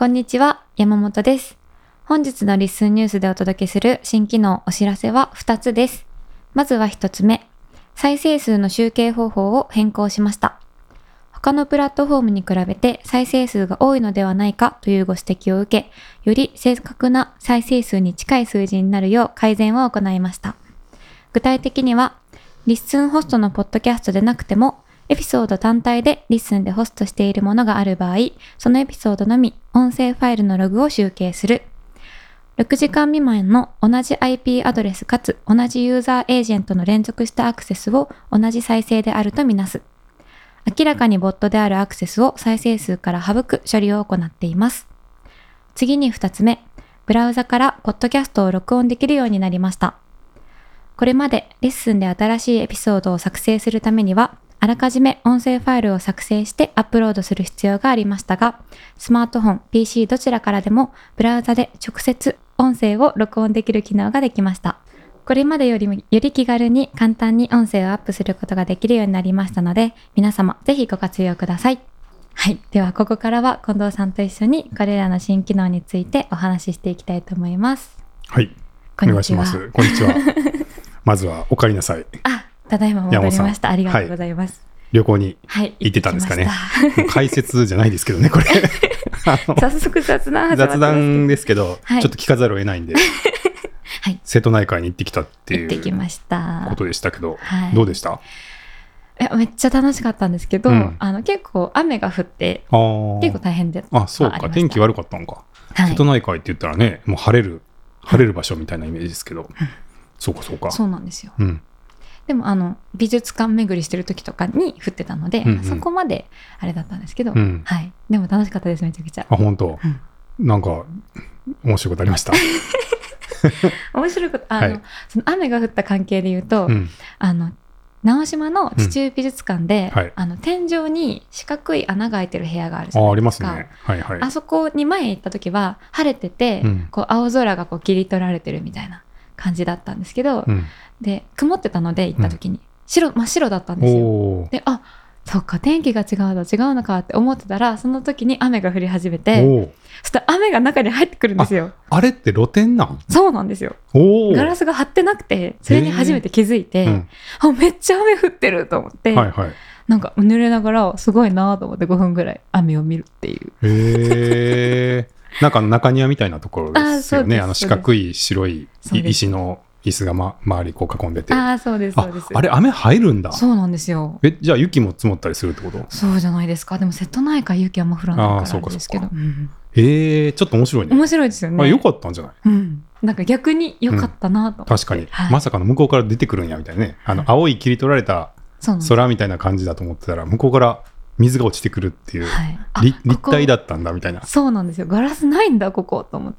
こんにちは、山本です。本日のリッスンニュースでお届けする新機能お知らせは2つです。まずは1つ目、再生数の集計方法を変更しました。他のプラットフォームに比べて再生数が多いのではないかというご指摘を受け、より正確な再生数に近い数字になるよう改善を行いました。具体的には、リッスンホストのポッドキャストでなくても、エピソード単体でリッスンでホストしているものがある場合、そのエピソードのみ音声ファイルのログを集計する。6時間未満の同じ IP アドレスかつ同じユーザーエージェントの連続したアクセスを同じ再生であるとみなす。明らかにボットであるアクセスを再生数から省く処理を行っています。次に2つ目、ブラウザからポッドキャストを録音できるようになりました。これまでリッスンで新しいエピソードを作成するためには、あらかじめ音声ファイルを作成してアップロードする必要がありましたが、スマートフォン、PC どちらからでもブラウザで直接音声を録音できる機能ができました。これまでより気軽に簡単に音声をアップすることができるようになりましたので、皆様ぜひご活用ください。はい。ではここからは近藤さんと一緒にこれらの新機能についてお話ししていきたいと思います。 はい。お願いします。こんにちは。まずはお帰りなさい。 ただいま戻りました。ありがとうございます。 旅行に行ってたんですかね。解説じゃないですけどね、これ。 早速雑談ですけど、ちょっと聞かざるを得ないんで、瀬戸内海に行ってきたっていうことでしたけど、どうでした？ めっちゃ楽しかったんですけど、結構雨が降って結構大変でそうか、天気悪かったのか。瀬戸内海って言ったらね、もう晴れる場所みたいなイメージですけど、そうか。 そうなんですよ。でも美術館巡りしてる時とかに降ってたので、そこまであれだったんですけど、でも楽しかったです、めちゃくちゃ。 本当、なんか面白いことありました？ 面白いこと、その雨が降った関係で言うと、直島の地中美術館で、天井に四角い穴が開いてる部屋があるじゃないですか。 ありますね。 あそこに前行った時は晴れてて、青空が切り取られてるみたいな感じだったんですけど、で曇ってたので行った時に、真っ白だったんですよ。で、そっか、天気が違うのかって思ってたら、その時に雨が降り始めて、そしたら雨が中に入ってくるんですよ。 あれって露天なん？ そうなんですよ。ガラスが張ってなくて、それに初めて気づいて、めっちゃ雨降ってると思って、なんか濡れながらすごいなと思って5分ぐらい雨を見るっていう。 なんか中庭みたいなところですよね。四角い白い石の椅子が周り囲んでて。 そうです。 あれ雨入るんだ。 そうなんですよ。 じゃあ雪も積もったりするってこと？ そうじゃないですか。でも瀬戸内海雪はもう降らないからなんですけど。 ちょっと面白いね。 面白いですよね。 よかったんじゃない？ なんか逆に良かったなと思って。 確かに。まさかの向こうから出てくるんやみたいなね。青い切り取られた空みたいな感じだと思ってたら、向こうから水が落ちてくるっていう、立体だったんだみたいな。 そうなんですよ。ガラスないんだここと思って、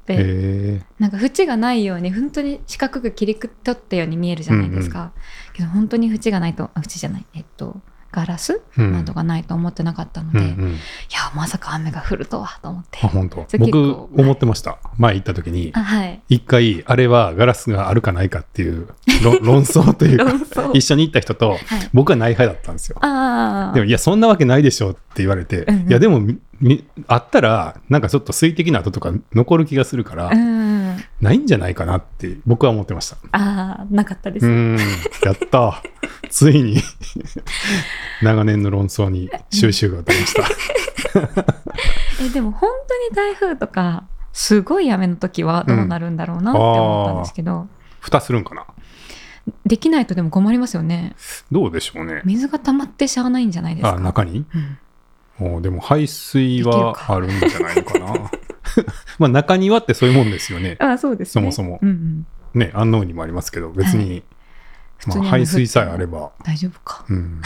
なんか縁がないように本当に四角く切り取ったように見えるじゃないですか。けど本当に縁がないと、縁じゃない、ガラスなどがないと思ってなかったので、いやまさか雨が降るとはと思って。 本当。僕思ってました。前行った時に一回あれはガラスがあるかないかっていう論争というか一緒に行った人と僕はない派だったんですよ。でもいやそんなわけないでしょって言われて、いやでもあったらなんかちょっと水滴の跡とか残る気がするから、ないんじゃないかなって僕は思ってました。 なかったです。 やったついに長年の論争に収拾が出ましたでも本当に台風とかすごい雨の時はどうなるんだろうなって思ったんですけど、 蓋するんかな。 できないとでも困りますよね。 どうでしょうね。 水が溜まってしゃあないんじゃないですか。 中に、でも排水はあるんじゃないのかな。中庭ってそういうもんですよね。 そうですね。 そもそも、ね、安納にもありますけど別に、排水さえあれば大丈夫か。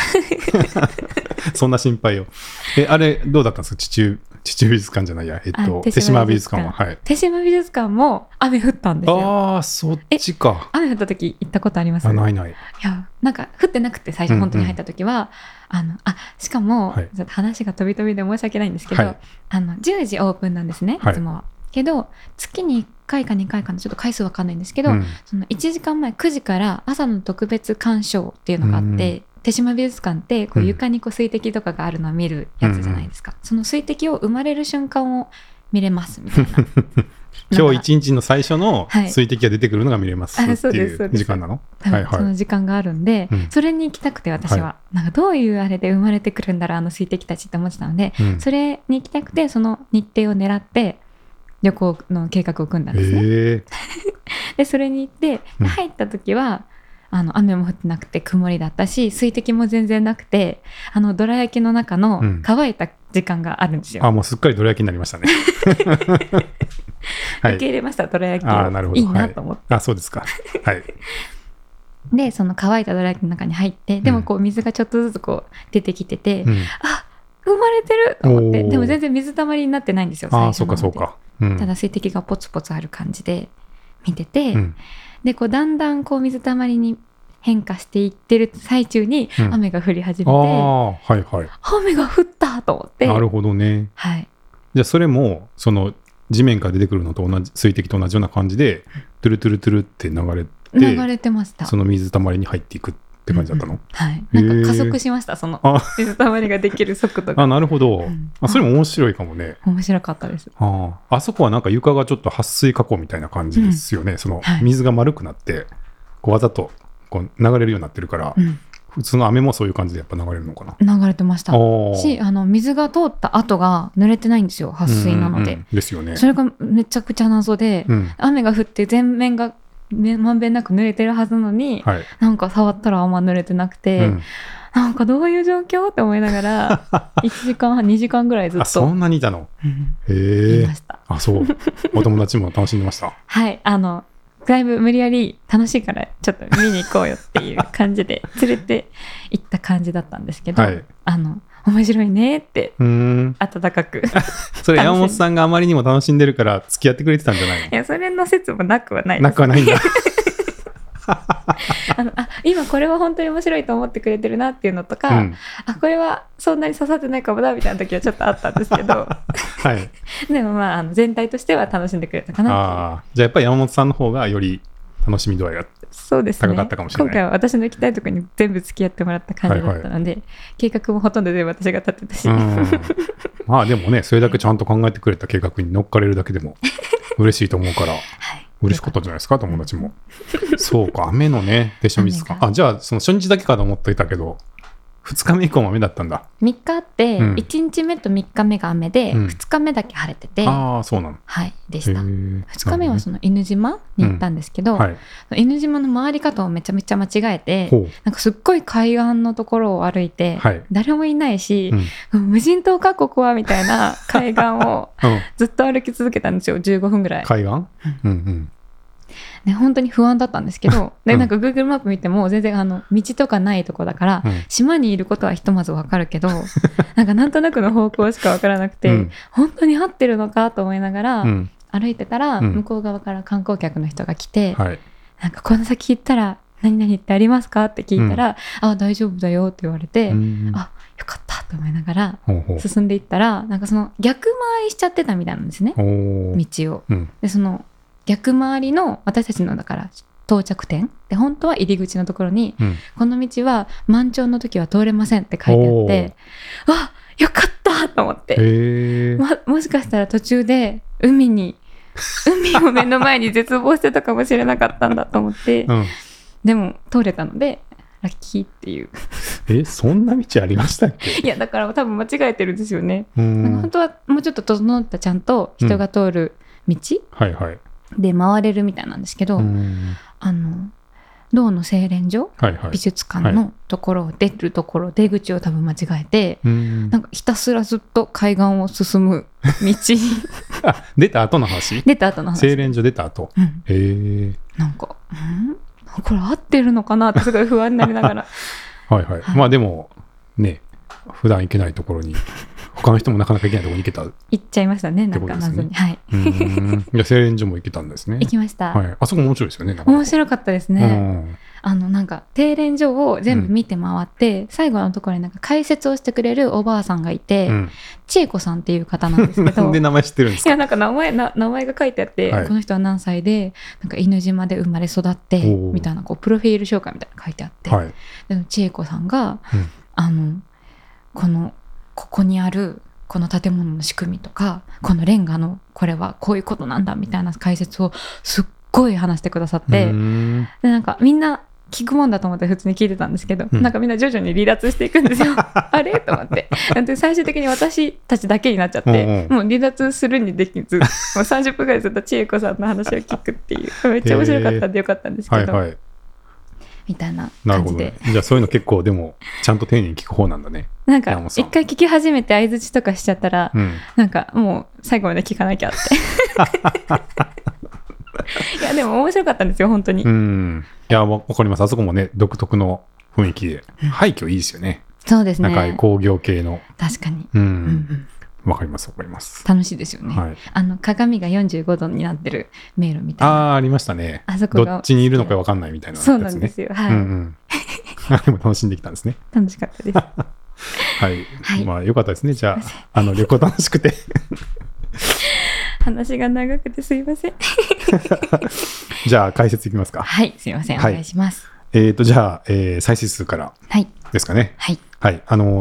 そんな心配を。あれどうだったんですか？地中美術館じゃないや、手島美術館は。 手島美術館も雨降ったんですよ。 そっちか。 雨降った時行ったことあります？ ない。 いやなんか降ってなくて最初本当に入った時は、しかも、ちょっと話が飛び飛びで申し訳ないんですけど、10時オープンなんですね、いつもは。けど月に1回か2回かな、ちょっと回数わかんないんですけど、その1時間前9時から朝の特別鑑賞っていうのがあって、手島美術館って床に水滴とかがあるのを見るやつじゃないですか。その水滴を生まれる瞬間を見れますみたいな今日一日の最初の水滴が出てくるのが見れますっていう時間なの？ はいはい、その時間があるんで、それに行きたくて私は、なんかどういうあれで生まれてくるんだろう水滴たちって思ってたので、それに行きたくてその日程を狙って旅行の計画を組んだんですね、でそれに行って入った時は雨も降ってなくて曇りだったし水滴も全然なくてどら焼きの中の乾いた時間があるんですよ、 もうすっかりどら焼きになりましたね受け入れました、どら焼きをいいなと思って、 そうですか、はい、 でその乾いたどら焼きの中に入ってでもこう水がちょっとずつこう出てきてて、あ、生まれてると思って、でも全然水たまりになってないんですよ、最初なので。 そうか、 ただ水滴がポツポツある感じで見てて、でこうだんだんこう水たまりに変化していってる最中に雨が降り始めて、雨が降ったと思って。 なるほどね、 はい、 じゃあそれもその地面から出てくるのと同じ水滴と同じような感じでトゥルトゥルトゥルって流れてました。 その水たまりに入っていくって感じだったの？ はい、なんか加速しました、その水たまりができる速度が。 なるほど、それも面白いかもね。 面白かったです。 あそこはなんか床がちょっと撥水加工みたいな感じですよね、その水が丸くなってこうわざとこう流れるようになってるから、普通の雨もそういう感じでやっぱ流れるのかな？ 流れてましたし、水が通った後が濡れてないんですよ、撥水なので、 ですよね。 それがめちゃくちゃ謎で、雨が降って全面がまんべんなく濡れてるはずなのに、なんか触ったらあんま濡れてなくて、なんかどういう状況って思いながら1時間半2時間ぐらいずっとそんなにいたの？ いました。 そうお友達も楽しんでました？ はい、だいぶ無理やり楽しいからちょっと見に行こうよっていう感じで連れて行った感じだったんですけど、面白いねって温かくそれ山本さんがあまりにも楽しんでるから付き合ってくれてたんじゃないの？ いや、それの説もなくはないです。 なくはないんだ今これは本当に面白いと思ってくれてるなっていうのとか、これはそんなに刺さってないかもなみたいな時はちょっとあったんですけどでも全体としては楽しんでくれたかなっていう。 じゃあやっぱり山本さんの方がより楽しみ度合いが高かったかもしれない。 今回は私の行きたいところに全部付き合ってもらった感じだったので、計画もほとんど全部私が立てたしでもね、それだけちゃんと考えてくれた計画に乗っかれるだけでも嬉しいと思うから嬉しかったんじゃないですか、友達も。そうか、雨のね、でしょ、水か。じゃあその初日だけかと思っていたけど2日目以降も雨だったんだ。 3日あって、1日目と3日目が雨で、2日目だけ晴れてて、 そうなの。 はいでした。2日目はその犬島に行ったんですけど、犬島の回り方をめちゃめちゃ間違えて、なんかすっごい海岸のところを歩いて、誰もいないし、無人島かここはみたいな海岸をずっと歩き続けたんですよ、15分ぐらい。 海岸？ ね、本当に不安だったんですけど、でなんか Google マップ見ても全然道とかないとこだから、島にいることはひとまず分かるけどなんとなくの方向しか分からなくて、本当に合ってるのかと思いながら、歩いてたら、向こう側から観光客の人が来て、なんかこの先行ったら何々ってありますかって聞いたら、大丈夫だよって言われて、よかったと思いながら進んでいったら、なんかその逆回りしちゃってたみたいなんですね、道を。でその逆回りの私たちのだから到着点で、本当は入り口のところに、この道は満潮の時は通れませんって書いてあって、よかったと思って、もしかしたら途中で海を目の前に絶望してたかもしれなかったんだと思って、でも通れたのでラッキーっていう。 そんな道ありましたっけ？ いや、だから多分間違えてるんですよね。なんか本当はもうちょっと整ったちゃんと人が通る道、で回れるみたいなんですけど、銅の製錬所、美術館のところを出るところ、出口を多分間違えて、なんかひたすらずっと海岸を進む道出た後の話？ 出た後の話。 製錬所出た後、 なんかこれ合ってるのかなってすごい不安になりながらまあでもね、普段行けないところに他の人もなかなか行けないところに行けた。 行っちゃいましたね、なんか謎に。 じゃあ製錬所も行けたんですね。 行きました。 あそこ面白いですよね。 面白かったですね。なんか提錬所を全部見て回って、最後のところになんか解説をしてくれるおばあさんがいて、千恵子さんっていう方なんですけど。 なんで名前知ってるんですか？ いや、なんか名前が書いてあって、この人は何歳でなんか犬島で生まれ育ってみたいな、こうプロフィール紹介みたいなの書いてあって、で千恵子さんが、ここにあるこの建物の仕組みとかこのレンガのこれはこういうことなんだみたいな解説をすっごい話してくださって、でなんかみんな聞くもんだと思って普通に聞いてたんですけど、なんかみんな徐々に離脱していくんですよあれと思ってで最終的に私たちだけになっちゃって、もう離脱するにできずもう30分ぐらいずっと千恵子さんの話を聞くっていうめっちゃ面白かったんでよかったんですけど、みたいな感じで。なるほどね。 じゃあそういうの結構でもちゃんと丁寧に聞く方なんだね。 なんか一回聞き始めて相づちとかしちゃったら、なんかもう最後まで聞かなきゃっていやでも面白かったんですよ本当に。 いやわかります。あそこもね独特の雰囲気で、廃墟いいですよね。 そうですね。 なんか工業系の。 確かに。 わかりますわかります。 楽しいですよね。鏡が45度になってる迷路みたいな。 ありましたね。 あそこがどっちにいるのかわかんないみたいなやつね。 そうなんですよ。はい。 でも楽しんできたんですね。 楽しかったです。 はい。まあ良かったですね。じゃあ旅行楽しくて。 話が長くてすいませんじゃあ解説いきますか。 はい、すいません、お願いします。 じゃあ、再生数からですかね。 はい、 はい、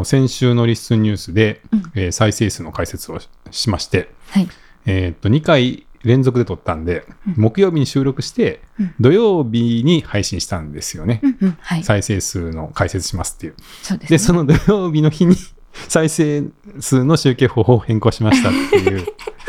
先週のリッスンニュースで、再生数の解説をしまして、 はい、 2回連続で撮ったんで、木曜日に収録して、土曜日に配信したんですよね。再生数の解説しますっていう。 そうですね。 でその土曜日の日に再生数の集計方法を変更しましたっていう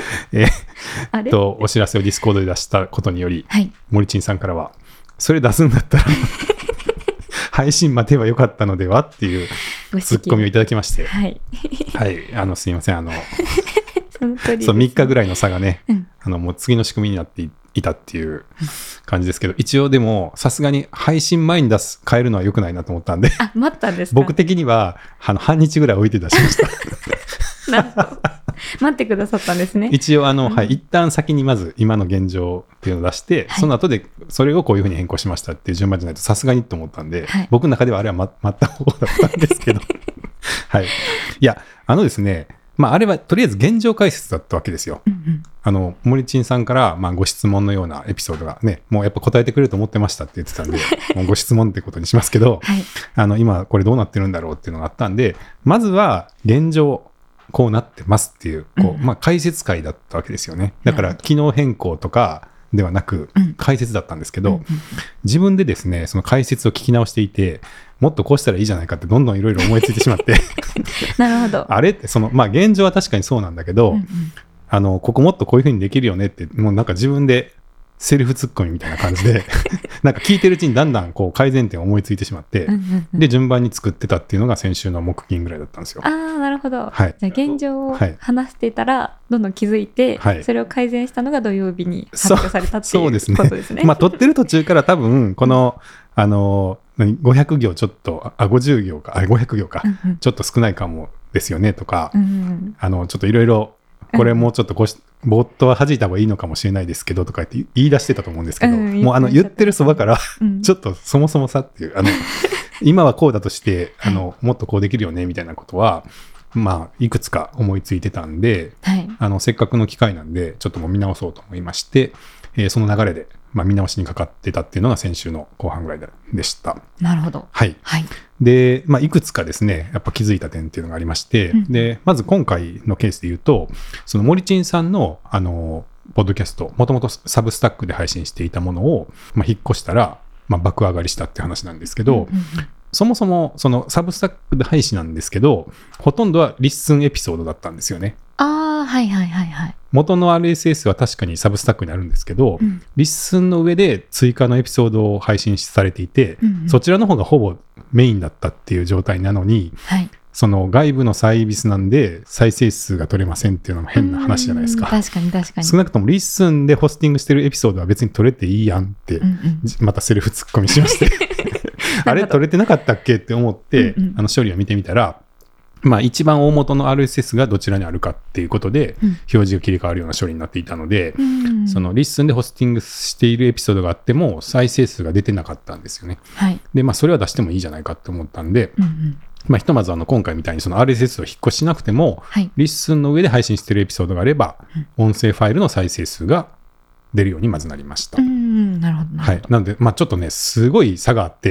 お知らせをディスコードで出したことにより、森珍さんからはそれ出すんだったら配信待てばよかったのではっていうツッコミをいただきまして、はい、すいませんそう3日ぐらいの差がね、もう次の仕組みになっていたっていう感じですけど、一応でもさすがに配信前に変えるのは良くないなと思ったんで、 待ったんですか。 僕的には半日ぐらい置いて出しましたなんと待ってくださったんですね。 一応一旦先にまず今の現状っていうのを出して、その後でそれをこういうふうに変更しましたっていう順番じゃないとさすがにと思ったんで、僕の中ではあれは待った方だったんですけどはい、いやですね、あれはとりあえず現状解説だったわけですよ。森珍さんから、ご質問のようなエピソードがね、もうやっぱ答えてくれると思ってましたって言ってたんでもうご質問ってことにしますけど、今これどうなってるんだろうっていうのがあったんで、まずは現状こうなってますっていう解説会だったわけですよね。だから機能変更とかではなく解説だったんですけど、自分でですねその解説を聞き直していて、もっとこうしたらいいじゃないかってどんどんいろいろ思いついてしまってなるほど。 あれって現状は確かにそうなんだけど、ここもっとこういうふうにできるよねって、もうなんか自分でセルフツッコミみたいな感じでなんか聞いてるうちにだんだんこう改善点を思いついてしまって、で順番に作ってたっていうのが先週の木金ぐらいだったんですよ。 なるほど、じゃあ現状を話してたらどんどん気づいて、それを改善したのが土曜日に発表されたっていうことですね。 撮ってる途中から多分この500行ちょっと50行か500行か、ちょっと少ないかもですよねとか、ちょっといろいろこれもうちょっとボットは弾いた方がいいのかもしれないですけどとか言って言い出してたと思うんですけど、もう言ってるそばからちょっとそもそもさっていう今はこうだとしてもっとこうできるよねみたいなことはいくつか思いついてたんで、せっかくの機会なんでちょっともう見直そうと思いまして、その流れで見直しにかかってたっていうのが先週の後半ぐらいでした。 なるほど。 はい。で、いくつかですね、やっぱ気づいた点っていうのがありまして、で、まず今回のケースで言うと、その森珍さんの、ポッドキャスト、もともとサブスタックで配信していたものを、引っ越したら、爆上がりしたって話なんですけど、そもそもそのサブスタックで配信なんですけど、ほとんどはリッスンエピソードだったんですよね。元の RSS は確かにサブスタックにあるんですけど、リッスンの上で追加のエピソードを配信されていて、そちらの方がほぼメインだったっていう状態なのに、その外部のサービスなんで再生数が取れませんっていうのも変な話じゃないですか。 確かに少なくともリッスンでホスティングしてるエピソードは別に取れていいやんって、またセルフツッコミしましてあれ取れてなかったっけって思って、処理を見てみたら、一番大元の RSS がどちらにあるかっていうことで、表示が切り替わるような処理になっていたので、そのリッスンでホスティングしているエピソードがあっても再生数が出てなかったんですよね。で、それは出してもいいじゃないかって思ったんで、ひとまず今回みたいにその RSS を引っ越ししなくても、リッスンの上で配信しているエピソードがあれば、音声ファイルの再生数が出るようにまずなりました。なるほど。なので、ちょっとね、すごい差があって、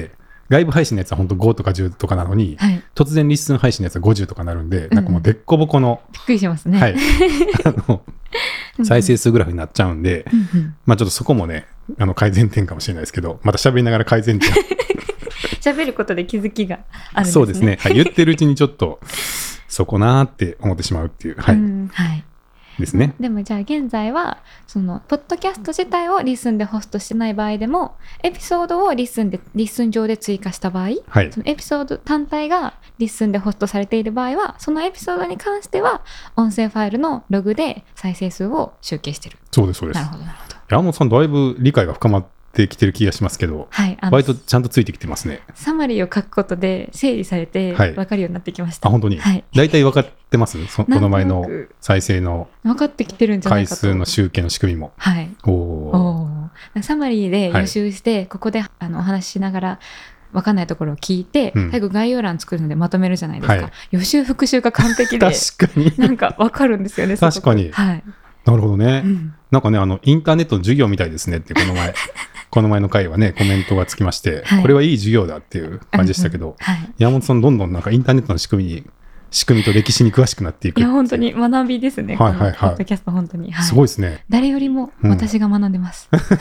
外部配信のやつは本当5とか10とかなのに、はい、突然リッスン配信のやつは50とかなるんで、なんかもうでっこぼこの、 びっくりしますね、 はい、再生数グラフになっちゃうんで、まあちょっとそこもね改善点かもしれないですけど、また喋りながら改善点喋ることで気づきがあるんですね。 そうですね、はい、言ってるうちにちょっとそこなーって思ってしまうっていう、はい、はいですね。 でもじゃあ現在はそのポッドキャスト自体をリッスンでホストしてない場合でも、エピソードをリッスン上で追加した場合、はい、そのエピソード単体がリッスンでホストされている場合は、そのエピソードに関しては音声ファイルのログで再生数を集計してる。 そうですそうです。 なるほどなるほど。 山本さんだいぶ理解が深まってきてる気がしますけど、はい、割とちゃんとついてきてますね。 サマリーを書くことで整理されて分かるようになってきました。 はい、あ、本当に、はい、大体分かってますこの前の再生の分かってきてるんじゃないかと。 回数の集計の仕組みも、はい、 サマリーで予習して、はい、ここでお話ししながら分かんないところを聞いて、最後概要欄作るのでまとめるじゃないですか、はい、予習復習が完璧で確かになんか分かるんですよね。 確かに、はい、なるほどね、なんかねインターネットの授業みたいですねってこの前の回はねコメントがつきまして、はい、これはいい授業だっていう感じでしたけど、はい、山本さんどんどんなんかインターネットの仕組みと歴史に詳しくなっていく。 いや本当に学びですね、 はいはいはい、 このポッドキャスト本当に、はい、 すごいですね。 誰よりも私が学んでます、はい、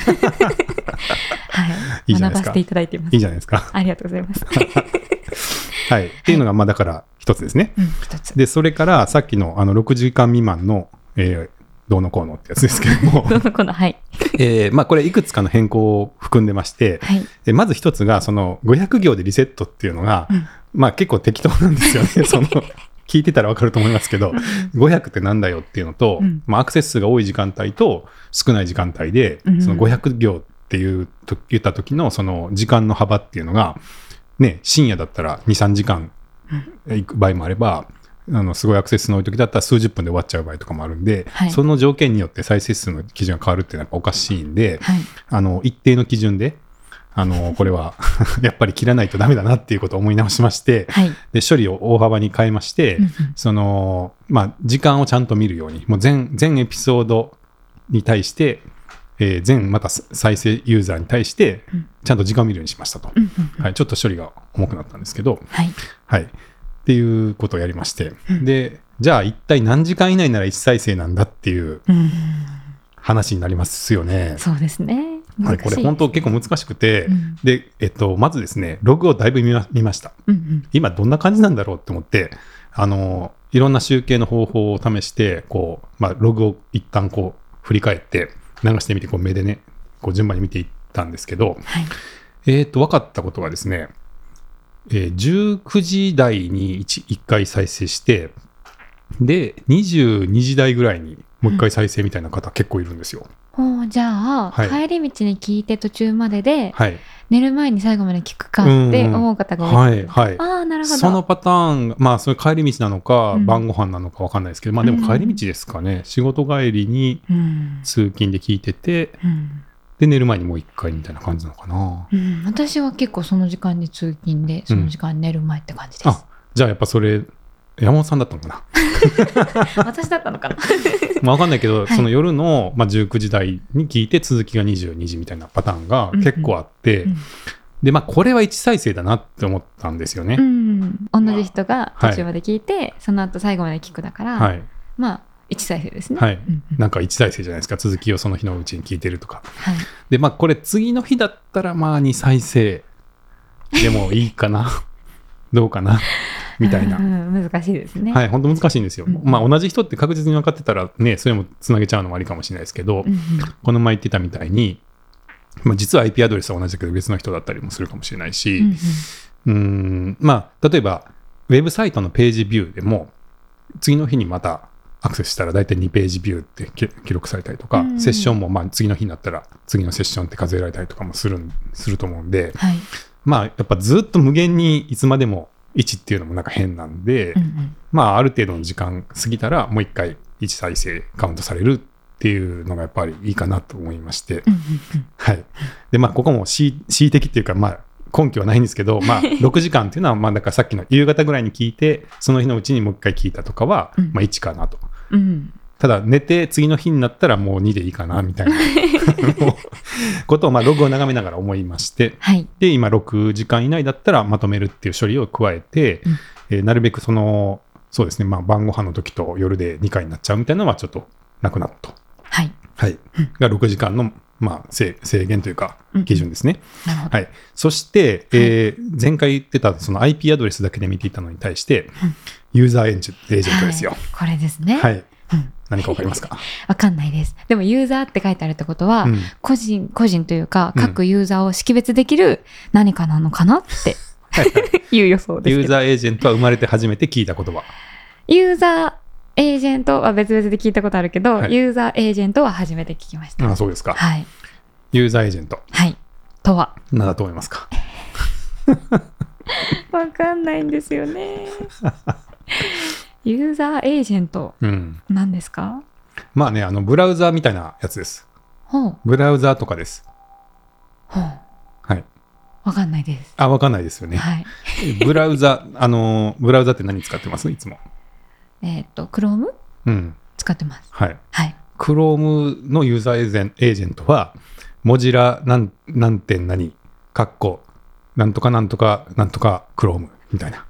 学ばせていただいています。 いいじゃないですか。 ありがとうございますはい、っていうのがまあだから一つですね、 一つでそれからさっきの6時間未満の、どうのこうのってやつですけどもどうのこうの、はい、 まあこれいくつかの変更を含んでまして、はい、まず一つがその500行でリセットっていうのが、まあ結構適当なんですよねその聞いてたら分かると思いますけど500ってなんだよっていうのと、まあ、アクセス数が多い時間帯と少ない時間帯で、その500行って言った時のその時間の幅っていうのが、ね、深夜だったら 2,3 時間行く場合もあれば、すごいアクセスの多い時だったら数十分で終わっちゃう場合とかもあるんで、はい、その条件によって再生数の基準が変わるっていうのはやっぱおかしいんで、はい、一定の基準でこれはやっぱり切らないとダメだなっていうことを思い直しまして、はい、で処理を大幅に変えまして、まあ、時間をちゃんと見るようにもう全エピソードに対して、全また再生ユーザーに対してちゃんと時間を見るようにしましたと、はい、ちょっと処理が重くなったんですけど、はいはい、っていうことをやりまして、でじゃあ一体何時間以内なら1再生なんだっていう話になりますよね。 そうですね。 これ本当結構難しくて、でまずですねログをだいぶ見ました、今どんな感じなんだろうって思って、いろんな集計の方法を試してまあ、ログを一旦振り返って流してみて目でね順番に見ていったんですけど、はい、分かったことはですね、19時台に 1回再生してで22時台ぐらいにもう1回再生みたいな方結構いるんですよ。 じゃあ、はい、帰り道に聞いて途中までで、はい、寝る前に最後まで聞くかって思う方が多い、はいはい、あ、なるほど。 そのパターン、まあそれ帰り道なのか、晩ご飯なのか分かんないですけど、まあでも帰り道ですかね、仕事帰りに通勤で聞いてて、で寝る前にもう1回みたいな感じなのかな、 私は結構その時間に通勤でその時間に寝る前って感じです、 あ、じゃあやっぱそれ山本さんだったのかな私だったのかなまあ分かんないけど、その夜の、19時台に聞いて続きが22時みたいなパターンが結構あって、でこれは1再生だなって思ったんですよね、 同じ人が途中まで聞いて、はい、その後最後まで聞くだから、はい、まあ1再生ですね、はい、 なんか1再生じゃないですか、続きをその日のうちに聞いてるとか、はい、でこれ次の日だったら2再生でもいいかなどうかなみたいな、 難しいですね。 はい、本当難しいんですよ、同じ人って確実に分かってたらね、それもつなげちゃうのもありかもしれないですけど、この前言ってたみたいに、実は IP アドレスは同じだけど別の人だったりもするかもしれないし、例えばウェブサイトのページビューでも次の日にまたアクセスしたら大体2ページビューって記録されたりとか、セッションも次の日になったら次のセッションって数えられたりとかもすると思うんで、はい、やっぱずっと無限にいつまでも1っていうのもなんか変なんで、ある程度の時間過ぎたらもう一回1再生カウントされるっていうのがやっぱりいいかなと思いまして、はい、でここも恣意的っていうか、根拠はないんですけど、6時間っていうのはだからさっきの夕方ぐらいに聞いてその日のうちにもう一回聞いたとかは、1かなと、 ただ寝て次の日になったらもう2でいいかなみたいなことをログを眺めながら思いまして、 はい、 で今6時間以内だったらまとめるっていう処理を加えて、なるべくそうですね、晩ご飯の時と夜で2回になっちゃうみたいなのはちょっとなくなると、 はいはい、が6時間の制限というか基準ですね。はい、そして、前回言ってたその IP アドレスだけで見ていたのに対して、ユーザーエージェントですよ。 これですね。 はい。何かわかりますか？ わかんないです。でもユーザーって書いてあるってことは、個人というか各ユーザーを識別できる何かなのかなっていう予想ですけど。 ユーザーエージェントは生まれて初めて聞いた言葉。 ユーザーエージェントは別々で聞いたことあるけど、ユーザーエージェントは初めて聞きました。 そうですか。 はい。 ユーザーエージェント。 はい。とは何だと思いますか？ わかんないんですよね。ユーザーエージェント、何ですか？ ブラウザーみたいなやつです。ブラウザーとかです。はい。 わかんないです。 わかんないですよね。 はい。 ブラウザって何使ってますいつも Chrome？使ってます。 はい。Chrome のユーザーエージェントは、モジラ何点何、かっこ、なんとかなんとかなんとか Chrome みたいな。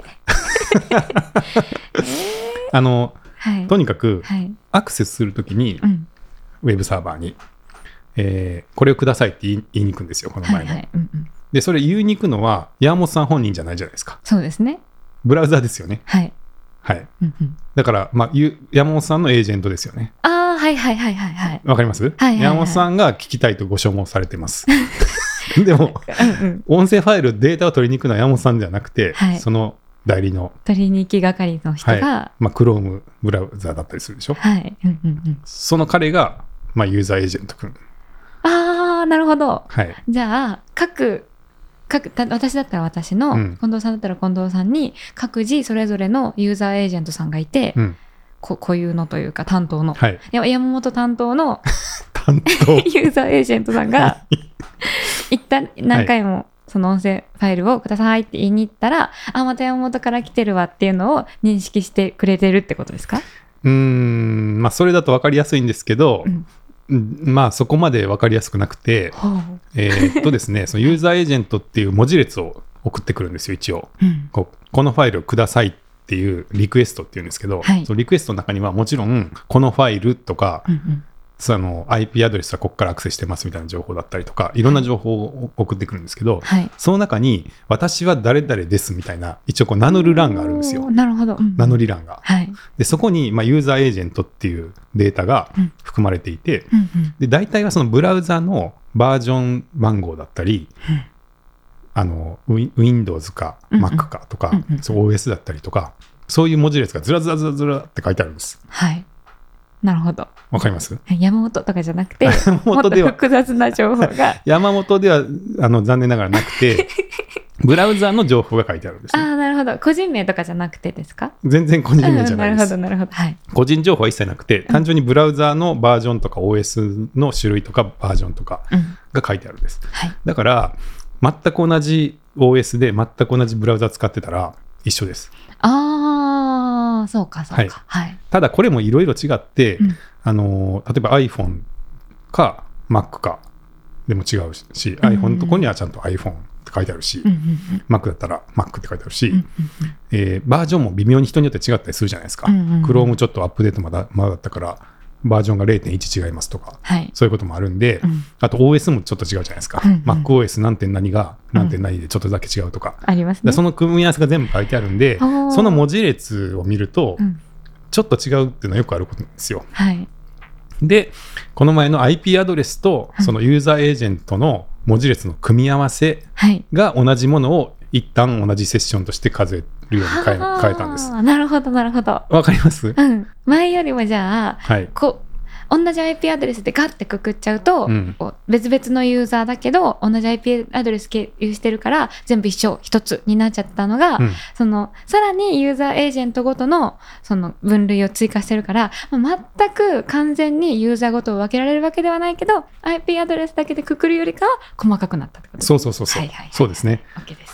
とにかく、アクセスするときに、ウェブサーバーに、これをくださいって言いに行くんですよ、この前の。で、それ言いに行くのは、山本さん本人じゃないじゃないですか。 そうですね。 ブラウザーですよね。 はい。 はい。だから、山本さんのエージェントですよね。 はいわかります？山本さんが聞きたいとご所望されてます。でも、音声ファイル、データを取りに行くのは山本さんではなくて、その代理の。 取りに行き係の人が。 Chrome ブラウザーだったりするでしょ。 はい。 その彼が、ユーザーエージェント君。 なるほど。 はい。 じゃあ、私だったら私の、近藤さんだったら近藤さんに各自それぞれのユーザーエージェントさんがいて、固有のというか担当の、山本担当のユーザーエージェントさんが一旦何回もその音声ファイルをくださいって言いに行ったら、また山本から来てるわっていうのを認識してくれてるってことですか？ それだと分かりやすいんですけど、そこまで分かりやすくなくて、ですね、そのユーザーエージェントっていう文字列を送ってくるんですよ、一応。このファイルをくださいっていうリクエストっていうんですけど、そのリクエストの中にはもちろん、このファイルとか、その IP アドレスはここからアクセスしてますみたいな情報だったりとか、いろんな情報を送ってくるんですけど、その中に、私は誰々ですみたいな、一応名乗る欄があるんですよ。 なるほど。 名乗り欄が。で、そこに、ユーザーエージェントっていうデータが含まれていて、で、大体はそのブラウザのバージョン番号だったり、Windows か Mac かとか、OS だったりとか、そういう文字列がずらずらずらずらって書いてあるんです。 はい。なるほど。 わかります？ 山本とかじゃなくて、もっと複雑な情報が。 山本では残念ながらなくて、ブラウザの情報が書いてあるんです、ね。 なるほど。個人名とかじゃなくてですか？ 全然個人名じゃないです。 なるほど。はい。 個人情報は一切なくて、単純にブラウザのバージョンとか OS の種類とかバージョンとかが書いてあるんです。だから、全く同じ OS で全く同じブラウザ使ってたら一緒です。 そうか。 ただこれもいろいろ違って、例えば iPhone か Mac かでも違うし、iPhone のとこにはちゃんと iPhone って書いてあるし、Mac だったら Mac って書いてあるし、バージョンも微妙に人によって違ったりするじゃないですか。Chrome ちょっとアップデートまだだったからバージョンが 0.1 違いますとか、そういうこともあるんで、あと OS もちょっと違うじゃないですか。MacOS 何点何が何点何でちょっとだけ違うとか、 ありますね。 その組み合わせが全部書いてあるんで、その文字列を見ると、ちょっと違うっていうのはよくあることなんですよ。で、この前の IP アドレスとそのユーザーエージェントの文字列の組み合わせが同じものを一旦同じセッションとして数えるように変えたんです。 なるほど。 わかります？ 前よりもじゃあ、同じ IP アドレスでガッてくくっちゃうと、別々のユーザーだけど同じ IP アドレス経由してるから全部一つになっちゃったのが、さらにユーザーエージェントごとのその分類を追加してるから、全く完全にユーザーごとを分けられるわけではないけど IP アドレスだけでくくるよりかは細かくなったってことです。 そうですね。 OK です。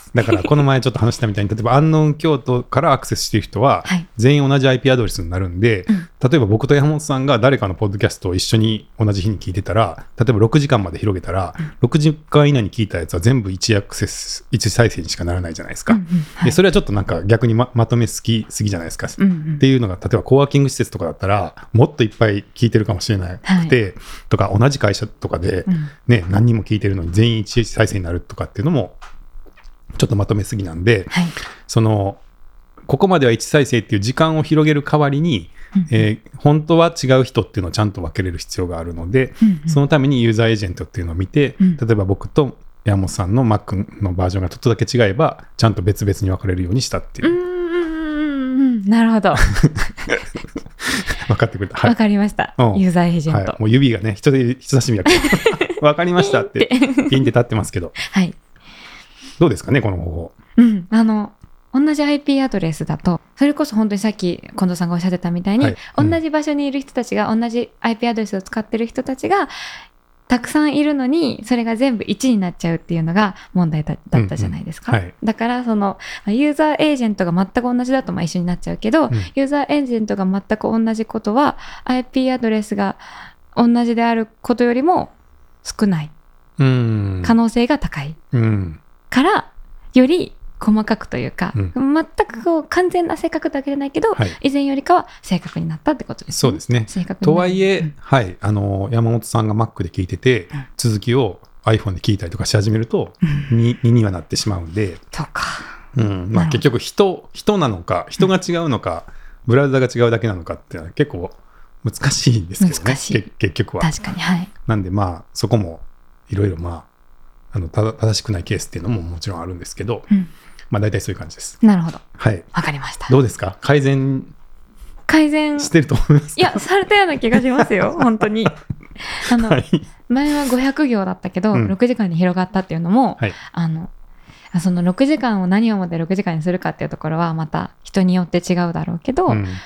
だからこの前ちょっと話したみたいに、例えばアンノン京都からアクセスしている人は全員同じ IP アドレスになるんで、例えば僕と山本さんが誰かのポッドキャストを一緒に同じ日に聞いてたら、例えば6時間まで広げたら、6時間以内に聞いたやつは全部1アクセス1再生にしかならないじゃないですか。でそれはちょっとなんか逆に まとめすぎじゃないですか、っていうのが、例えばコワーキング施設とかだったらもっといっぱい聞いてるかもしれなくて、とか同じ会社とかで、ね、何人も聞いてるのに全員1再生になるとかっていうのもちょっとまとめすぎなんで、ここまでは1再生っていう時間を広げる代わりに、本当は違う人っていうのをちゃんと分けれる必要があるので、そのためにユーザーエージェントっていうのを見て、例えば僕と山本さんの Mac のバージョンがちょっとだけ違えばちゃんと別々に分かれるようにしたっていう。 なるほど。 分かってくれた。 分かりました。ユーザーエージェント。 もう指がね、人差し指が分かりましたってピンで立ってますけど。はい。どうですかね、この方法。 同じ IP アドレスだと、それこそ本当にさっき近藤さんがおっしゃってたみたいに、同じ場所にいる人たちが、同じ IP アドレスを使ってる人たちがたくさんいるのに、それが全部1になっちゃうっていうのが問題だったじゃないですか。だからユーザーエージェントが全く同じだと一緒になっちゃうけど、ユーザーエージェントが全く同じことは IP アドレスが同じであることよりも少ない可能性が高いから、より細かくというか、全く完全な正確だけじゃないけど、以前よりかは正確になったってことですね。 そうですね。とはいえ、山本さんが Mac で聞いてて、続きを iPhone で聞いたりとかし始めると 2にはなってしまうんで、 そうか。 結局人なのか、人が違うのか、ブラウザが違うだけなのかっていうのは結構難しいんですけどね、結局は。 確かに。 なんでそこもいろいろ正しくないケースっていうのももちろんあるんですけど、大体そういう感じです。 なるほど。 はい。 わかりました。 どうですか？改善してると思いますか？ いや、されたような気がしますよ、本当に。前は500行だったけど、6時間に広がったっていうのも、その6時間を何をもって6時間にするかっていうところはまた人によって違うだろうけど、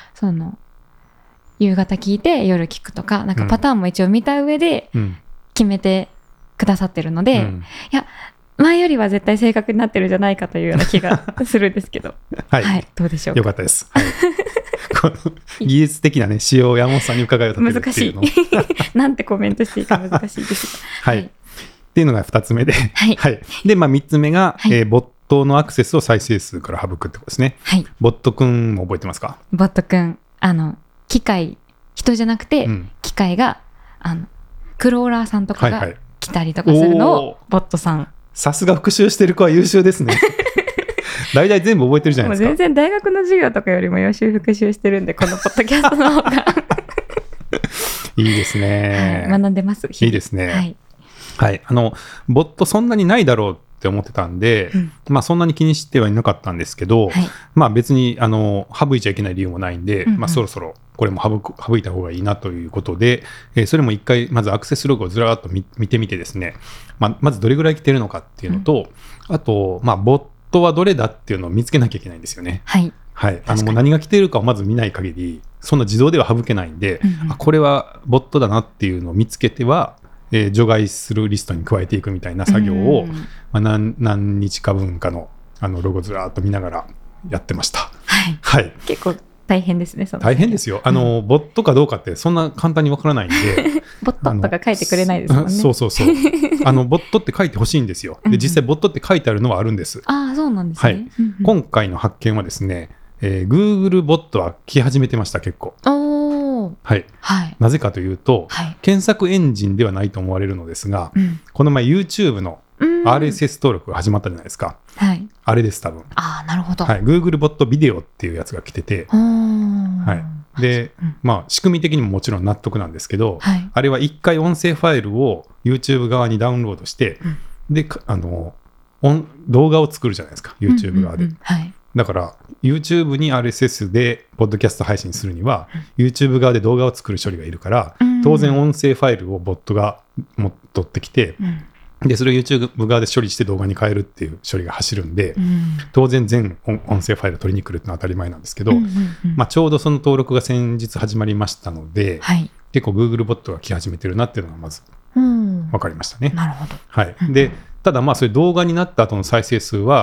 夕方聞いて夜聞くとか、なんかパターンも一応見た上で決めてくださってるので、いや、前よりは絶対正確になってるんじゃないかというような気がするんですけど、どうでしょうか。 よかったです。この技術的なね、仕様を山本さんに伺いを立てるっていうの難しい。なんてコメントしていいか難しいですが。 っていうのが2つ目で、で、3つ目が、ボットのアクセスを再生数から省くってことですね。ボットくんも覚えてますか？ ボットくん、機械、人じゃなくて、機械がクローラーさんとかが来たりとかするのをボットさん。 さすが復習してる子は優秀ですね。大体全部覚えてるじゃないですか。 全然大学の授業とかよりも予習復習してるんで、このポッドキャストの方がいいですね。 学んでます。 いいですね。ボットそんなにないだろうって思ってたんで、そんなに気にしてはいなかったんですけど、別に省いちゃいけない理由もないんで、そろそろこれも省いた方がいいなということで、それも一回まずアクセスログをずらっと見てみてですね、まずどれぐらい来てるのかっていうのと、あと、ボットはどれだっていうのを見つけなきゃいけないんですよね。もう何が来ているかをまず見ない限り、そんな自動では省けないんで、これはボットだなっていうのを見つけては、除外するリストに加えていくみたいな作業を、何日か分かのロゴずらっと見ながらやってました。 結構大変ですね。 大変ですよ。ボットかどうかってそんな簡単にわからないんで。 ボットとか書いてくれないですもんね。 そう。ボットって書いてほしいんですよ。で、実際ボットって書いてあるのはあるんです。 そうなんですね。 今回の発見はですね、Google ボットは来始めてました、結構。なぜかというと、検索エンジンではないと思われるのですが、この前 YouTube のRSS 登録が始まったじゃないですか。あれです、多分。 なるほど。 Google ボットビデオっていうやつが来てて、で、仕組み的にももちろん納得なんですけど、あれは一回音声ファイルを YouTube 側にダウンロードして、で、動画を作るじゃないですか、YouTube 側で。だから YouTube に RSS でポッドキャスト配信するには、YouTube 側で動画を作る処理がいるから、当然音声ファイルをボットが取ってきて、でそれを YouTube 側で処理して動画に変えるっていう処理が走るんで、当然全音声ファイルを取りに来るってのは当たり前なんですけど、ちょうどその登録が先日始まりましたので、結構 Google ボットが来始めてるなっていうのがまず分かりましたね。 なるほど。 でただそういう動画になった後の再生数は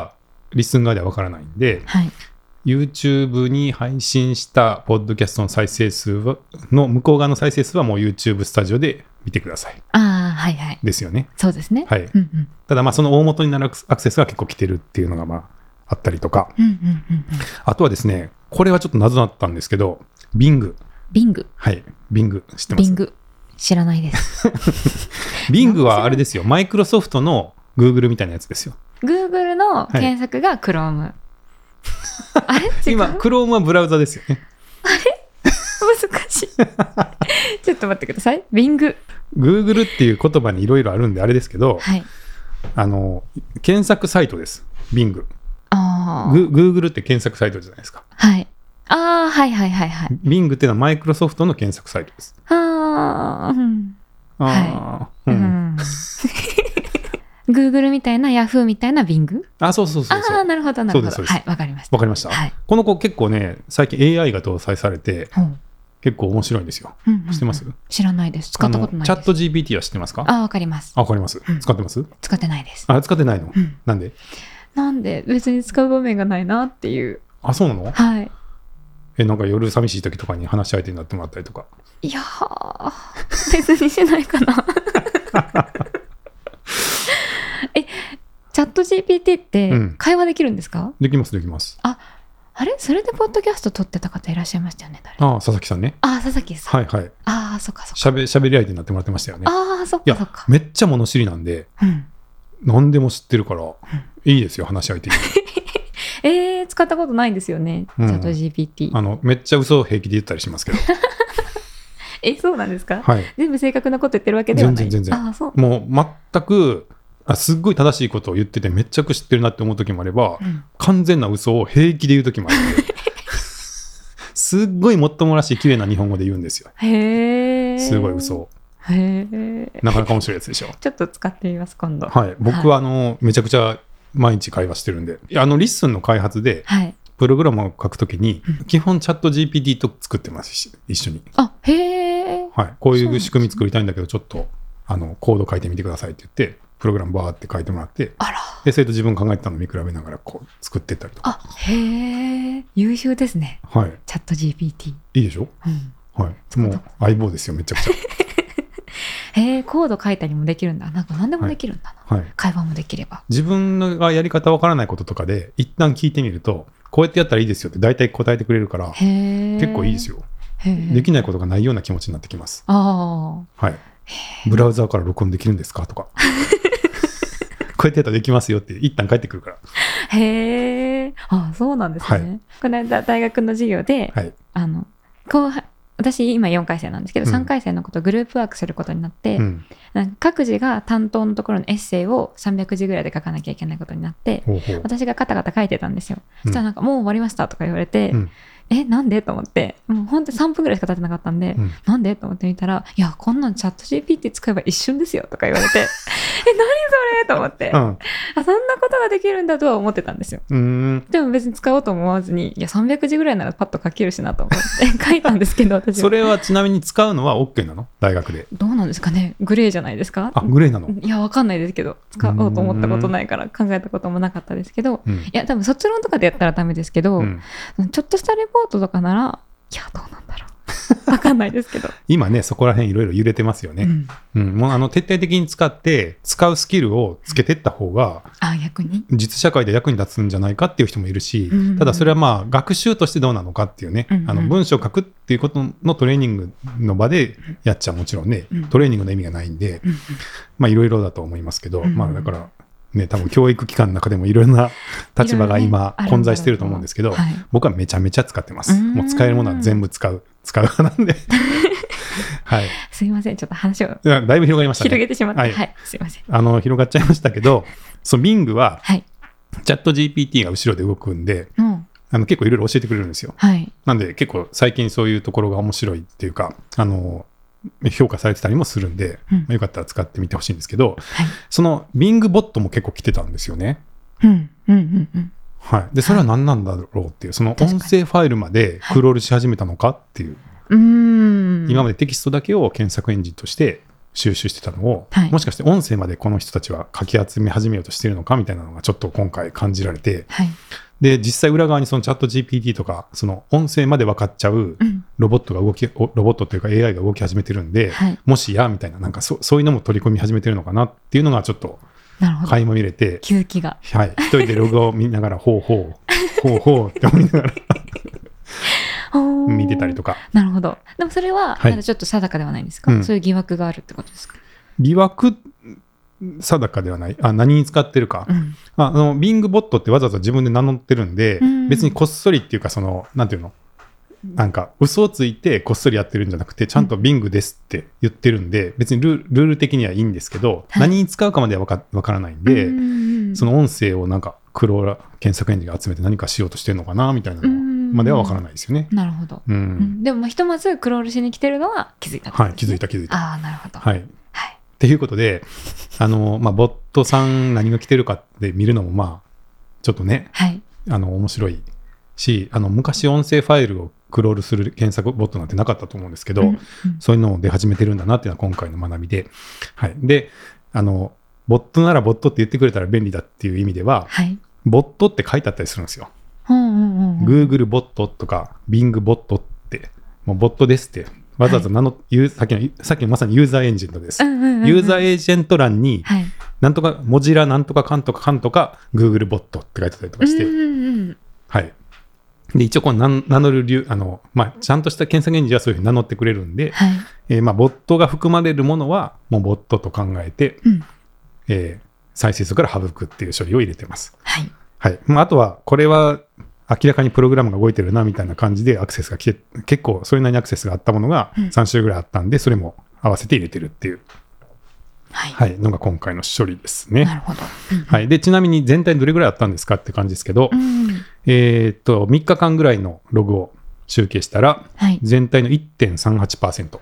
リスン側ではわからないんで、 はい、 YouTube に配信したポッドキャストの再生数の向こう側の再生数はもう YouTube スタジオで見てください。 はいはい。 ですよね。 そうですね。 はい。ただその大元になるアクセスが結構来てるっていうのがあったりとか、あとはですね、これはちょっと謎だったんですけど、Bing。はい。Bing 知ってます？ Bing 知らないです。 Bing はあれですよ。マイクロソフトの Google みたいなやつですよ。 Google の検索が Chrome。はい、あれ今 Chrome はブラウザですよね。 あれ難しい。ちょっと待ってください。Bing。 Google っていう言葉にいろいろあるんであれですけど、 はい、 検索サイトです。Bing。Google って検索サイトじゃないですか。 はい。はいはいはいはい。 Bing っていうのはマイクロソフトの検索サイトです。 Google みたいな Yahoo みたいな Bing？ そうそうそうそう。 なるほどなるほど。はい、わかりました。 わかりました。はい、この子結構ね、最近 AI が搭載されて、結構面白いんですよ。知ってます？ 知らないです。使ったことないです。 チャット GPT は知ってますか？ わかります。 わかります。使ってます？ 使ってないです。 使ってないの？なんで別に使う場面がないなっていう。 そうなの？ はい。 なんか夜寂しい時とかに話し相手になってもらったりとか。 いや別にしないかな。チャット GPT って会話できるんですか？ できますできます。 あれそれでポッドキャスト撮ってた方いらっしゃいましたよね。 佐々木さんね。 佐々木さん。 はいはい。 そっかそっか。 しゃべり相手になってもらってましたよね。 そっかそっか。 めっちゃ物知りなんで、何でも知ってるから、いいですよ話し相手に。 使ったことないんですよね、チャット GPT。 めっちゃ嘘を平気で言ったりしますけど。 そうなんですか？ はい。 全部正確なこと言ってるわけではない。 全然。もう全くすっごい正しいことを言っててめっちゃく知ってるなって思う時もあれば、完全な嘘を平気で言う時もあるんで。すっごいもっともらしい綺麗な日本語で言うんですよ。すごい嘘を。なかなか面白いやつでしょ。 ちょっと使ってみます今度。 はい。僕はめちゃくちゃ毎日会話してるんで、リッスンの開発で、プログラムを書くときに、基本チャット GPT と作ってますし、一緒に。 はい。 こういう仕組み作りたいんだけど、ちょっとコード書いてみてくださいって言って、プログラムバーって書いてもらって、でそれと自分考えてたのを見比べながらこう作っていったりとか。 優秀ですね。 はい。 チャット GPT。 いいでしょ？はい。もう相棒ですよ、めちゃくちゃ。 コード書いたりもできるんだ。なんか何でもできるんだな。会話もできれば。 自分がやり方わからないこととかで一旦聞いてみると、こうやってやったらいいですよって大体答えてくれるから、結構いいですよ。できないことがないような気持ちになってきます。はい。ブラウザーから録音できるんですかとか。こうやってやったらできますよって一旦返ってくるから。 そうなんですね。この間大学の授業で、私今4回生なんですけど、3回生のことをグループワークすることになって、各自が担当のところのエッセイを300字ぐらいで書かなきゃいけないことになって、私がカタカタ書いてたんですよ。そしたらなんかもう終わりましたとか言われて、なんでと思って、もう本当に3分ぐらいしか経ってなかったんで、なんでと思ってみたら、いやこんなんチャット GPT 使えば一瞬ですよとか言われて何それと思って、そんなことができるんだとは思ってたんですよ。でも別に使おうと思わずに、いや300字ぐらいならパッと書けるしなと思って書いたんですけど、私は。 それはちなみに使うのは OK なの？大学で。 どうなんですかね。グレーじゃないですか？ グレーなの？ いやわかんないですけど、使おうと思ったことないから考えたこともなかったですけど、いや多分卒論とかでやったらダメですけど、ちょっとしたレポートとかなら、いやどうなんだろう。わかんないですけど。 今ね、そこら辺いろいろ揺れてますよね。もう徹底的に使うスキルをつけていった方が、 逆に実社会で役に立つんじゃないかっていう人もいるし、ただそれは学習としてどうなのかっていうね、文章を書くっていうことのトレーニングの場でやっちゃもちろんね、トレーニングの意味がないんで、いろいろだと思いますけど、だからね、多分教育機関の中でもいろんな立場が今混在してると思うんですけど、僕はめちゃめちゃ使ってます。もう使えるものは全部使う派なんで。 すいません、ちょっと話をだいぶ広がりましたね。 広げてしまって、すいません。 広がっちゃいましたけど、Bing はチャット GPT が後ろで動くんで、結構いろいろ教えてくれるんですよ。なんで結構最近そういうところが面白いっていうか、評価されてたりもするんで、よかったら使ってみてほしいんですけど、その Bing ボットも結構来てたんですよね。でそれは何なんだろうっていう、その音声ファイルまでクロールし始めたのかっていう、今までテキストだけを検索エンジンとして収集してたのを、はい、もしかして音声までこの人たちはかき集め始めようとしているのかみたいなのがちょっと今回感じられて、はい、で実際裏側にそのチャット GPT とかその音声まで分かっちゃうロボットというか AI が動き始めてるんで、はい、もしやみたいな、なんかそういうのも取り込み始めてるのかなっていうのがちょっと垣間見れて、 気づきが、 はい、一人でログを見ながらほうほうって思いながら見てたりとか。 なるほど。でもそれはまだちょっと定かではないんですか、はい、そういう疑惑があるってことですか？ 疑惑定かではない。何に使ってるか、Bing ボットってわざわざ自分で名乗ってるんで、別にこっそりっていうか、そのなんていうの、なんか嘘をついてこっそりやってるんじゃなくて、ちゃんと Bing ですって言ってるんで、別にルール的にはいいんですけど、はい、何に使うかまでは分からないんで、その音声をなんかクローラ検索エンジンが集めて何かしようとしてるのかなみたいなのまでは分からないですよね。 なるほど、でもひとまずクロールしに来てるのは気づいたんですね。 はい、気づいた。 ああ、なるほど。 はい、はい、っていうことでボットさん何が来てるかって見るのもまあちょっとね、はい、面白いし、昔音声ファイルをクロールする検索ボットなんてなかったと思うんですけど、そういうのを出始めてるんだなっていうのは今回の学びで、はい、でボットならボットって言ってくれたら便利だっていう意味では、はい、ボットって書いてあったりするんですよ。Google ボットとか Bing ボットってもうボットですってわざわざさっきのまさにユーザーエージェントです。ユーザーエージェント欄に、はい、なんとかモジラなんとかかんとか Google ボットって書いてたりとかして、はい、で一応この名乗るちゃんとした検索エンジンはそういうふうに名乗ってくれるんで、はい、ボットが含まれるものはもうボットと考えて、再生数から省くっていう処理を入れてます。はいはい、あとはこれは明らかにプログラムが動いてるなみたいな感じでアクセスが来て、結構それなりにアクセスがあったものが3種類ぐらいあったんで、それも合わせて入れてるっていう、はいはい、のが今回の処理ですね。 なるほど、 はい、でちなみに全体どれぐらいあったんですかって感じですけど、3日間ぐらいのログを集計したら、はい、全体の 1.38%、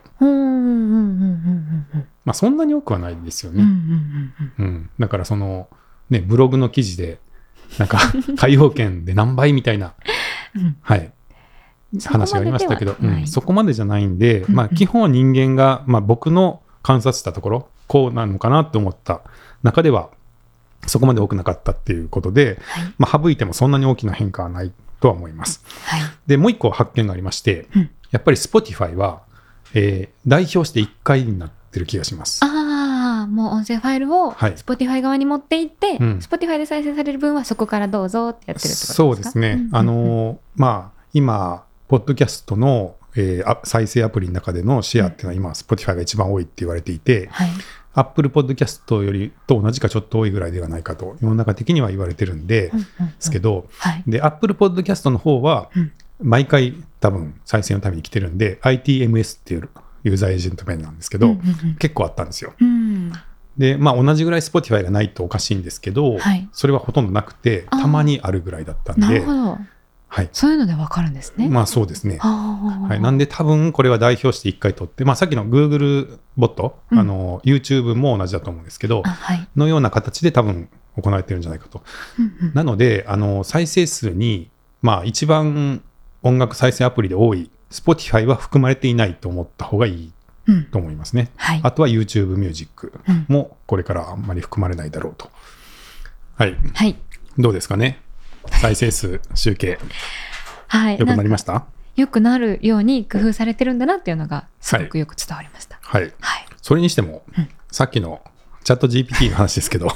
そんなに多くはないですよね。だからその、ね、ブログの記事でなんか海洋圏で何倍みたいな、はい、話がありましたけど、そこまでじゃないんで、基本は人間が、僕の観察したところこうなのかなと思った中ではそこまで多くなかったっていうことで、省いてもそんなに大きな変化はないとは思います。でもう一個発見がありまして、やっぱり Spotify は、代表して1回になってる気がします。 もう音声ファイルを Spotify 側に持っていって、Spotify で再生される分はそこからどうぞってやってるってことですか？ そうですね。今ポッドキャストの、再生アプリの中でのシェアっていうのは今 Spotify が一番多いって言われていて、Apple Podcast よりと同じかちょっと多いぐらいではないかと世の中的には言われてるんですけど、で Apple Podcast の方は毎回多分再生のために来てるんで、 ITMS っていうユーザーエージェント名なんですけど、結構あったんですよ。で同じぐらい Spotify がないとおかしいんですけど、それはほとんどなくてたまにあるぐらいだったんで、 なるほど、はい、そういうので分かるんですね。 そうですね。なんで多分これは代表して1回取って、さっきの Google ボット、YouTube も同じだと思うんですけど、のような形で多分行われてるんじゃないかと。なので再生数に、一番音楽再生アプリで多い Spotify は含まれていないと思った方がいいと思いますね。あとは YouTube ミュージックもこれからあんまり含まれないだろうと。はい、どうですかね、再生数集計、よくなりました？ よくなるように工夫されてるんだなっていうのがすごくよく伝わりました。 それにしても、さっきのチャット GPT の話ですけど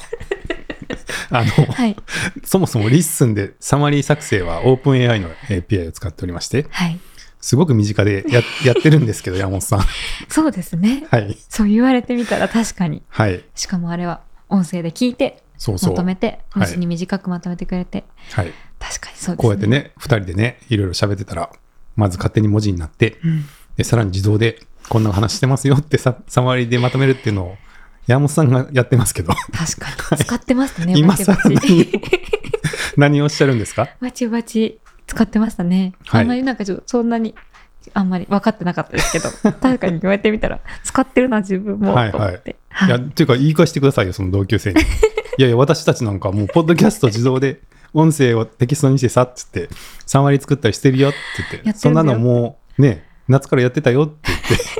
そもそもリッスンでサマリー作成は OpenAI の API を使っておりまして、すごく身近で やってるんですけど山本さんそうですね、そう言われてみたら確かに、しかもあれは音声で聞いてまとめて文字に短くまとめてくれて、確かにそうですね。 こうやってね2人でねいろいろ喋ってたらまず勝手に文字になって、でさらに自動でこんな話してますよってサマリーでまとめるっていうのを山本さんがやってますけど、 確かに使ってましたね。 今更何をおっしゃるんですか？ バチバチ使ってましたね。あんまりなんかそんなにあんまり分かってなかったですけど確かに言われてみたら使ってるな自分もと思って、 っていうか言い返してくださいよその同級生にいや私たちなんかもうポッドキャスト自動で音声をテキストにしてさっつって3割作ったりしてるよって言って、そんなのもうね夏からやってたよって言って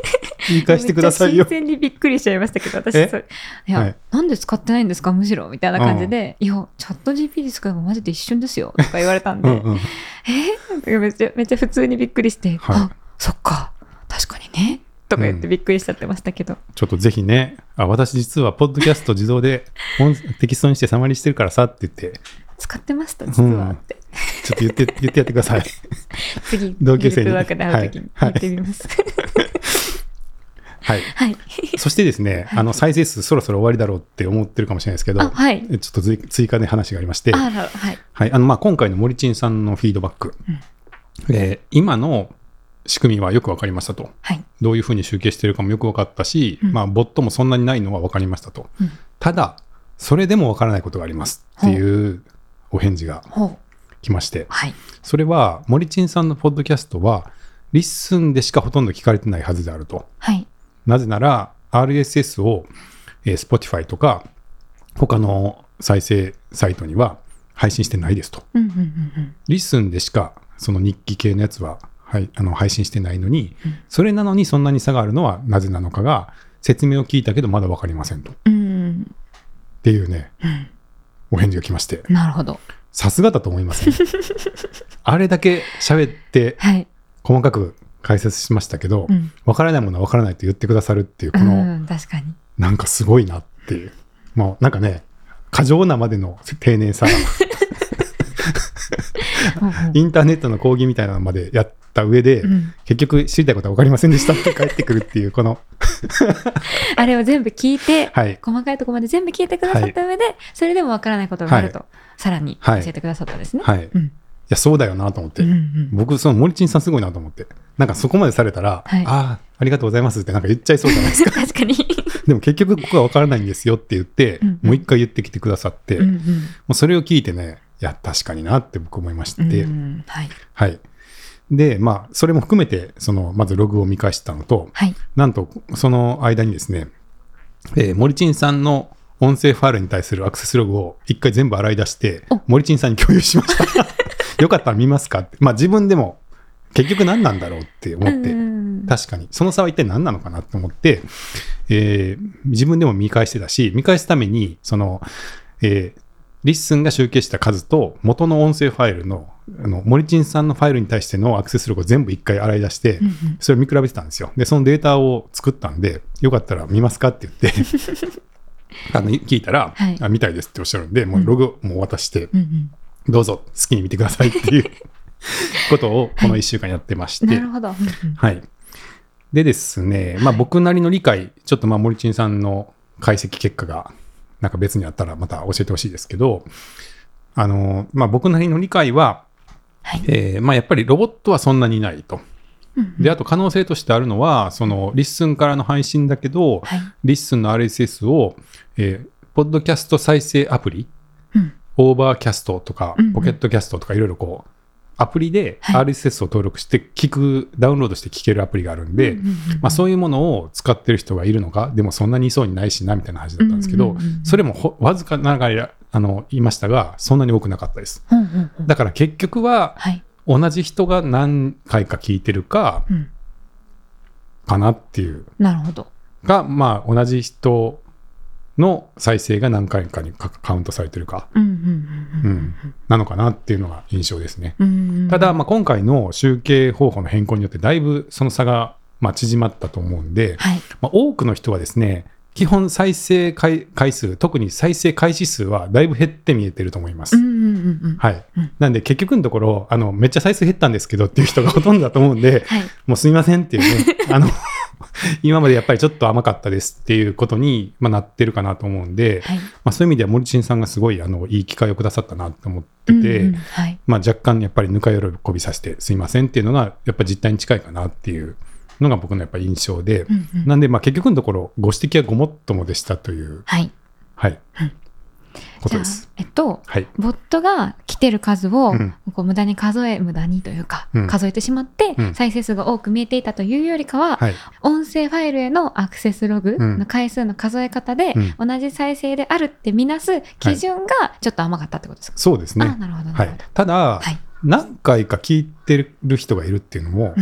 言い返してくださいよ。 新鮮にびっくりしちゃいましたけど、私それいや、はい、なんで使ってないんですかむしろみたいな感じで、いやチャット GPT 使えばマジで一瞬ですよとか言われたんでめっちゃ普通にびっくりして、はい、あそっか確かにねとか言ってびっくりしちゃってましたけど、 ちょっとぜひね、私実はポッドキャスト自動でテキストにしてサマリーしてるからさって言って使ってました実はって、 ちょっと言ってやってください。 次同級生にグループワークで会う時に言ってみます。 はい、はい、そしてですね、再生数そろそろ終わりだろうって思ってるかもしれないですけど、はい、ちょっと追加で話がありまして、今回の森珍さんのフィードバック、今の仕組みはよく分かりましたと、はい、どういうふうに集計しているかもよく分かったし、ボットもそんなにないのは分かりましたと、ただそれでも分からないことがありますっていうお返事が来まして、はい、それは森珍さんのポッドキャストはリッスンでしかほとんど聞かれてないはずであると、はい、なぜなら RSS を、Spotify とか他の再生サイトには配信してないですと、リッスンでしかその日記系のやつは、はい、配信してないのに、それなのにそんなに差があるのはなぜなのかが説明を聞いたけどまだ分かりませんと、っていうね、お返事が来まして、 なるほど、 さすがだと思いますね。あれだけ喋って細かく解説しましたけど、分からないものは分からないと言ってくださるっていうこの、 確かになんかすごいなっていう、もうなんかね過剰なまでの丁寧さインターネットの講義みたいなのまでやった上で、結局知りたいことは分かりませんでしたって返ってくるっていうこのあれを全部聞いて、はい、細かいところまで全部聞いてくださった上で、はい、それでも分からないことがあると、はい、さらに教えてくださったんですね。 はい、いやそうだよなと思って、僕その森珍さんすごいなと思って、なんかそこまでされたら、はい、ありがとうございますってなんか言っちゃいそうじゃないですか。 確かに。 でも結局ここは分からないんですよって言って、もう一回言ってきてくださって、もうそれを聞いてね、いや確かになって僕思いまして、はい、はい、でそれも含めてまずログを見返したのと、はい、なんとその間にですね、森珍さんの音声ファイルに対するアクセスログを一回全部洗い出して森珍さんに共有しました。よかったら見ますかって、自分でも結局何なんだろうって思って、確かにその差は一体何なのかなと思って、自分でも見返してたし、見返すためにリッスンが集計した数と元の音声ファイルの森珍さんのファイルに対してのアクセスログを全部一回洗い出して、それを見比べてたんですよ。でそのデータを作ったんで、よかったら見ますかって言って聞いたら、はい、見たいですっておっしゃるんで、もうログも渡して、どうぞ好きに見てくださいっていうことをこの1週間やってまして、 なるほど、 はい、でですね、僕なりの理解、ちょっと森珍さんの解析結果がなんか別にあったらまた教えてほしいですけど、僕なりの理解は、はい、やっぱりロボットはそんなにいないと。であと可能性としてあるのは、そのリッスンからの配信だけど、はい、リッスンの RSS を、ポッドキャスト再生アプリ、オーバーキャストとか、ポケットキャストとかいろいろこうアプリで RSS を登録してダウンロードして聞けるアプリがあるんで、そういうものを使ってる人がいるのか、でもそんなにいそうにないしなみたいな話だったんですけど、それもわずかながら言いましたが、そんなに多くなかったです。だから結局は、同じ人が何回か聞いてるか、かなっていう。 なるほど。 が、同じ人の再生が何回かにカウントされてるか、なのかなっていうのが印象ですね。ただ、今回の集計方法の変更によってだいぶその差が縮まったと思うんで、はい、多くの人はですね、基本再生回数、特に再生開始数はだいぶ減って見えてると思います。はい、なんで結局のところめっちゃ再生減ったんですけどっていう人がほとんどだと思うんで、はい、もうすみませんっていうね今までやっぱりちょっと甘かったですっていうことに、なってるかなと思うんで、はい、そういう意味では森珍さんがすごいいい機会をくださったなと思ってて、はい、若干やっぱりぬか喜びさせてすいませんっていうのがやっぱり実態に近いかなっていうのが僕のやっぱり印象で、なんで結局のところご指摘はごもっともでしたという、はい、はい、ことです。 はい、ボットが来てる数をこう無駄にというか、数えてしまって、再生数が多く見えていたというよりかは、音声ファイルへのアクセスログの回数の数え方で、同じ再生であるってみなす基準がちょっと甘かったってことですか？ そうですね。 なるほど、 はい、ただ、何回か聞いてる人がいるっていうのも、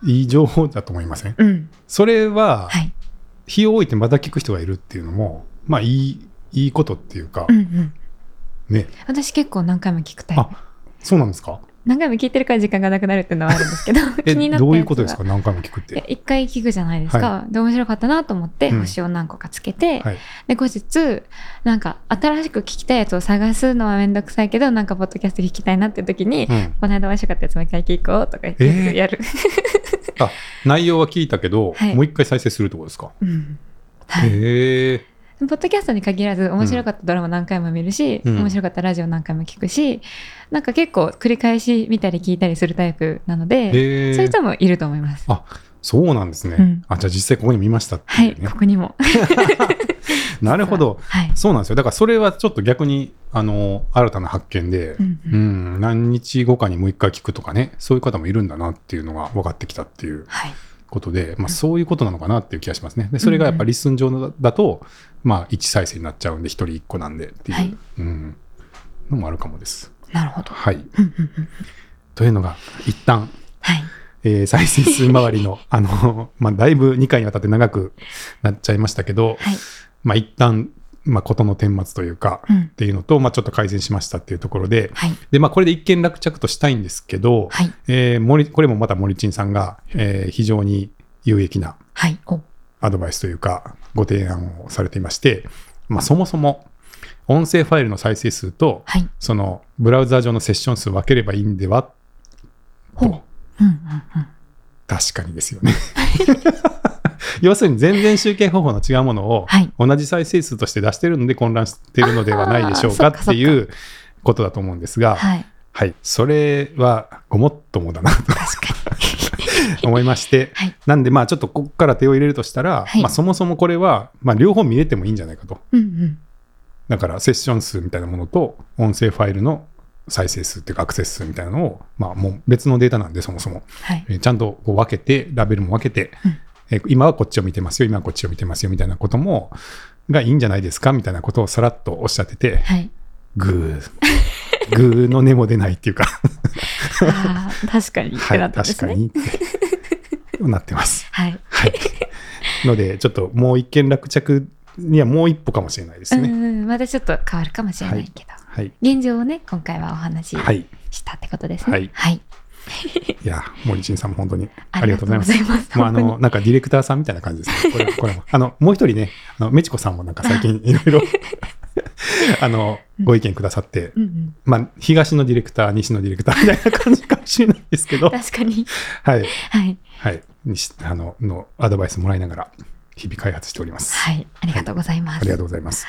いい情報だと思いません？それは、日を置いてまた聞く人がいるっていうのもまあいいことっていうか、ね。 私結構何回も聞くタイプ。 そうなんですか？ 何回も聞いてるから時間がなくなるっていうのはあるんですけど気になったやつはどういうことですか？何回も聞くって。 一回聞くじゃないですか、で面白かったなと思って星を何個かつけて、で後日なんか新しく聞きたいやつを探すのはめんどくさいけどなんかポッドキャスト聞きたいなっていう時に、この間面白かったやつもう一回聞こうとか言ってやる、 内容は聞いたけど、もう一回再生するってことですか？へえ。 ポッドキャストに限らず面白かったドラマ何回も見るし、面白かったラジオ何回も聞くし、なんか結構繰り返し見たり聞いたりするタイプなので、そういう人もいると思います。 そうなんですね。じゃあ実際ここに見ましたっていうね。 ここにもなるほど、そうなんですよ。だからそれはちょっと逆に新たな発見で、何日後かにもう一回聞くとかね、そういう方もいるんだなっていうのが分かってきたっていうことで、そういうことなのかなっていう気がしますね。でそれがやっぱりリスン上だと、1再生になっちゃうんで1人1個なんでっていう、のもあるかもです。 なるほど。 というのが一旦、再生数周りのだいぶ2回にわたって長くなっちゃいましたけど、一旦事の顛末というか、っていうのと、ちょっと改善しましたっていうところで、でこれで一件落着としたいんですけど、これもまた森珍さんが、非常に有益なアドバイスというかご提案をされていまして、そもそも音声ファイルの再生数と、そのブラウザー上のセッション数を分ければいいんではと、確かにですよね要するに全然集計方法の違うものを同じ再生数として出してるので混乱しているのではないでしょうかっていうことだと思うんですが、それはごもっともだなと思いまして、なんでちょっとここから手を入れるとしたら、そもそもこれは両方見れてもいいんじゃないかと、だからセッション数みたいなものと音声ファイルの再生数っていうかアクセス数みたいなのを、もう別のデータなんでそもそも、ちゃんとこう分けてラベルも分けて、今はこっちを見てますよ、今はこっちを見てますよみたいなこともがいいんじゃないですかみたいなことをさらっとおっしゃってて、グーの根も出ないっていうか確かにってなったんですね。 確かにってなってます。のでちょっともう一件落着にはもう一歩かもしれないですね。 またちょっと変わるかもしれないけど、現状をね今回はお話ししたってことですね。いや森珍さんも本当にありがとうございます。なんかディレクターさんみたいな感じですね。これももう一人ねメチコさんもなんか最近いろいろご意見くださって、東のディレクター西のディレクターみたいな感じかもしれないですけど確かにのアドバイスもらいながら日々開発しております。 ありがとうございます。 ありがとうございます。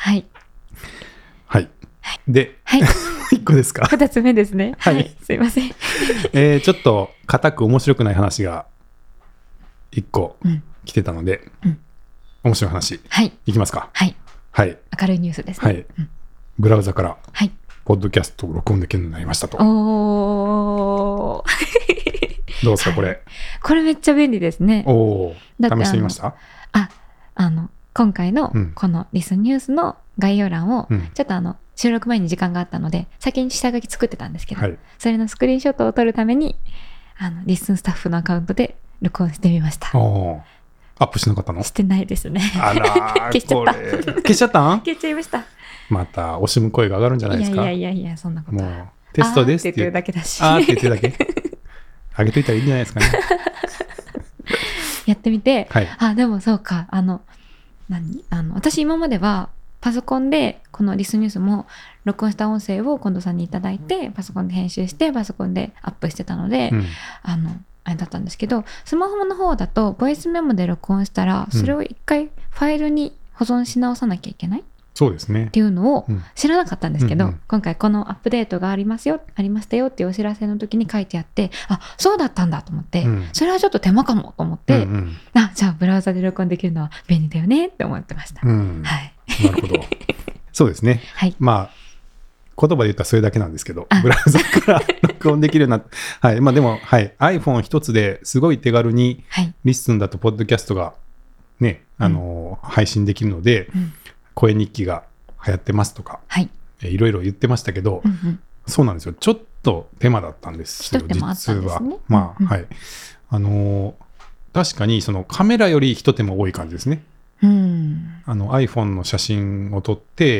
で、1個ですか 2つ目ですね。すいませんちょっと固く面白くない話が1個来てたので、面白い話いきますか。 明るいニュースですね。 ブラウザからポッドキャストを録音できるようになりましたと。どうですかこれ。 これめっちゃ便利ですね。 試してみました？ 今回のこのリスンニュースの概要欄をちょっと収録前に時間があったので先に下書き作ってたんですけど、それのスクリーンショットを撮るためにリスンスタッフのアカウントで録音してみました。 アップしなかったの？ してないですね。 消しちゃった。消しちゃったん？ 消しちゃいました。 また惜しむ声が上がるんじゃないですか。 いやそんなこと。もうテストですって言ってるだけだし。 って言ってるだけ。上げといたらいいんじゃないですかね。 やってみて、でもそうか、私今まではパソコンでこのリスンニュースも録音した音声を近藤さんにいただいてパソコンで編集してパソコンでアップしてたので、あれだったんですけど、スマホの方だとボイスメモで録音したらそれを一回ファイルに保存し直さなきゃいけない、 そうですね、 っていうのを知らなかったんですけど、今回このアップデートがありましたよっていうお知らせの時に書いてあって、そうだったんだと思って、それはちょっと手間かもと思って、じゃあブラウザで録音できるのは便利だよねって思ってました。 なるほど。そうですね。言葉で言ったらそれだけなんですけど、ブラウザから録音できるようになって、でも、iPhone 一つですごい手軽にリスンだとポッドキャストがね、配信できるので、声日記が流行ってますとか、いろいろ言ってましたけど、そうなんですよ。ちょっと手間だったんですよ、実は。 確かにそのカメラより一手間多い感じですね。iPhone の写真を撮って、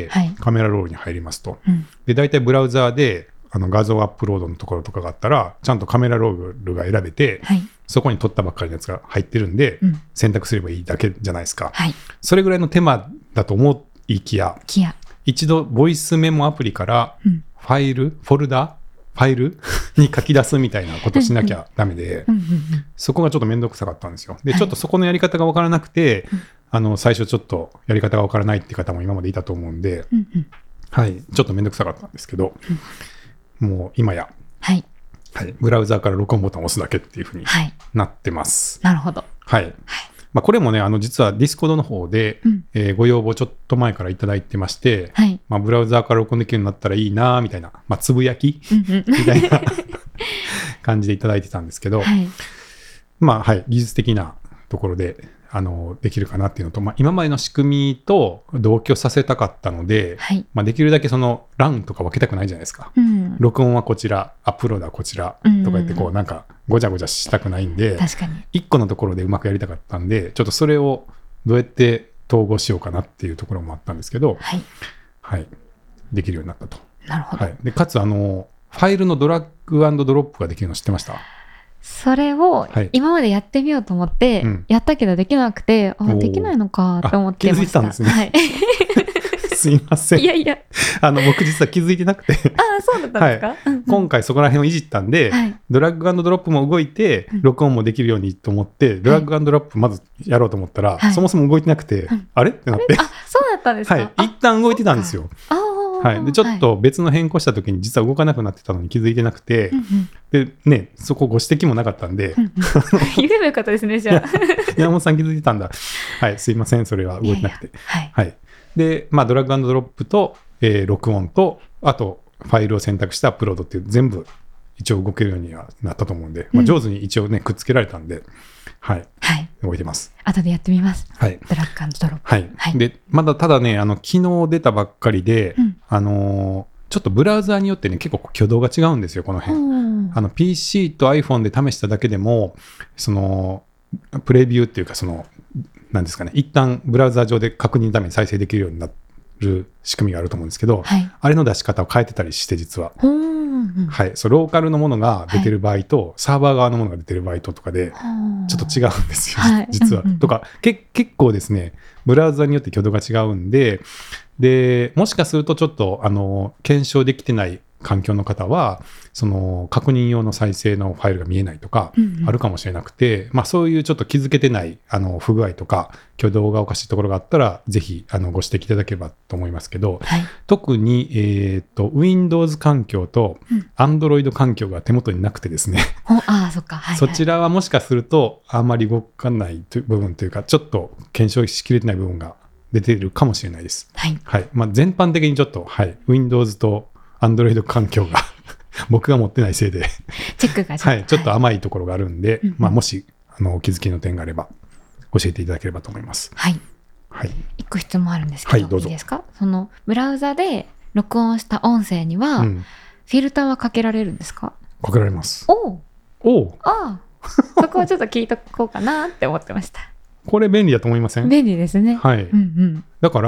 はい、カメラロールに入りますと、で大体ブラウザーで画像アップロードのところとかがあったらちゃんとカメラロールが選べて、はい、そこに撮ったばっかりのやつが入ってるんで、選択すればいいだけじゃないですか、はい、それぐらいの手間だと思いきや一度ボイスメモアプリからファイルに書き出すみたいなことしなきゃダメで、そこがちょっとめんどくさかったんですよ。で、ちょっとそこのやり方が分からなくて、最初ちょっとやり方が分からないって方も今までいたと思うんで、はい、ちょっとめんどくさかったんですけど、もう今や、はいはい、ブラウザーから録音ボタンを押すだけっていうふうになってます。 なるほど。 はい。これもね、実はディスコードの方で、ご要望ちょっと前からいただいてまして、はい、ブラウザーから録音できるようになったらいいなみたいな、つぶやきみたいな感じでいただいてたんですけど、はい、はい、技術的なところでできるかなっていうのと、今までの仕組みと同居させたかったので、はい、できるだけその欄とか分けたくないじゃないですか、録音はこちら、アップロードはこちらとか言ってなんかごちゃごちゃしたくないんで、確かに1個のところでうまくやりたかったんで、ちょっとそれをどうやって統合しようかなっていうところもあったんですけど、はいはい、できるようになったと。 なるほど。 はい、でかつファイルのドラッグ&ドロップができるの知ってました？ それを今までやってみようと思ってやったけどできなくて、できないのかと思ってました。 気づいてたんですね、はい、すいません。 いやいや僕実は気づいてなくてそうだったんですか、はい、 今回そこら辺をいじったんで、はい、ドラッグ&ドロップも動いて録音もできるようにと思って、ドラッグ&ドロップまずやろうと思ったら、はい、そもそも動いてなくて、あれってなって、 そうだったんですか。 はい、一旦動いてたんですよ。はい、でちょっと別の変更した時に実は動かなくなってたのに気づいてなくて、でね、そこご指摘もなかったんで、 言えばよかったですね。じゃあ山本さん気づいてたんだ。はい、すいません、それは動いてなくて。はい、で、ドラッグ&ドロップと、録音と、あとファイルを選択してアップロードっていう全部一応動けるようにはなったと思うんで、上手に一応ねくっつけられたんで、はい、はい、動いてます。 後でやってみます。はい、ドラッグ&ドロップ。 はいはい、でまだただね、昨日出たばっかりで、ちょっとブラウザーによってね結構挙動が違うんですよ、この辺。PC と iPhone で試しただけでもそのプレビューっていうかなんですかね、一旦ブラウザー上で確認のために再生できるようになる仕組みがあると思うんですけど、はい、あれの出し方を変えてたりして実は、はい、ローカルのものが出てる場合と、はい、サーバー側のものが出てる場合とかでちょっと違うんですよ、はい、実は、とか結構ですねブラウザによって挙動が違うんで、もしかするとちょっと検証できてない環境の方はその確認用の再生のファイルが見えないとかあるかもしれなくて、そういうちょっと気づけてない不具合とか挙動がおかしいところがあったらぜひご指摘いただければと思いますけど、はい、特に、Windows 環境と Android 環境が手元になくてですね、 そっか、はいはい、 そちらはもしかするとあんまり動かない部分というかちょっと検証しきれてない部分が出ているかもしれないです。はいはい、全般的にちょっと、はい、Windows とAndroid 環境が僕が持ってないせいでチェックがはい、ちょっと甘いところがあるんで、もしお気づきの点があれば教えていただければと思います。はい、はい、1 個質問あるんですけど、はい、どうぞ。いいですか？そのブラウザで録音した音声には、フィルターはかけられるんですか？ かけられます。 そこはちょっと聞いとこうかなって思ってました。 これ便利だと思いません？ 便利ですね。 はい、だから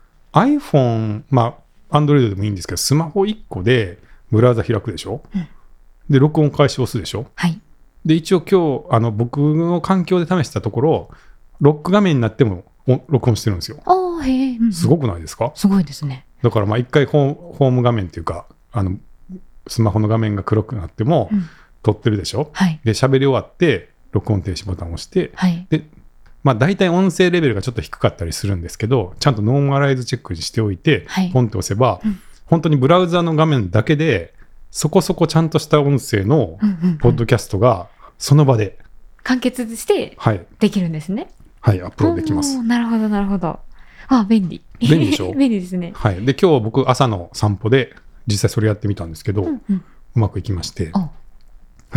iPhone、Android でもいいんですけど、スマホ1個でブラウザ開くでしょ、で録音開始を押すでしょ、はい、で一応今日僕の環境で試したところロック画面になっても録音してるんですよ。すごくないですか？ すごいですね。 だから一回ホーム画面っていうかスマホの画面が黒くなっても、撮ってるでしょ、はい、で喋り終わって録音停止ボタンを押して、はい、で大体音声レベルがちょっと低かったりするんですけど、ちゃんとノーマライズチェックにしておいて、はい、ポンって押せば、本当にブラウザの画面だけでそこそこちゃんとした音声のポッドキャストがその場で完結してできるんですね。 はい、アップロードできます。 なるほどなるほど。便利でしょ便利ですね。 はい、で今日僕朝の散歩で実際それやってみたんですけど、うまくいきまして、はい、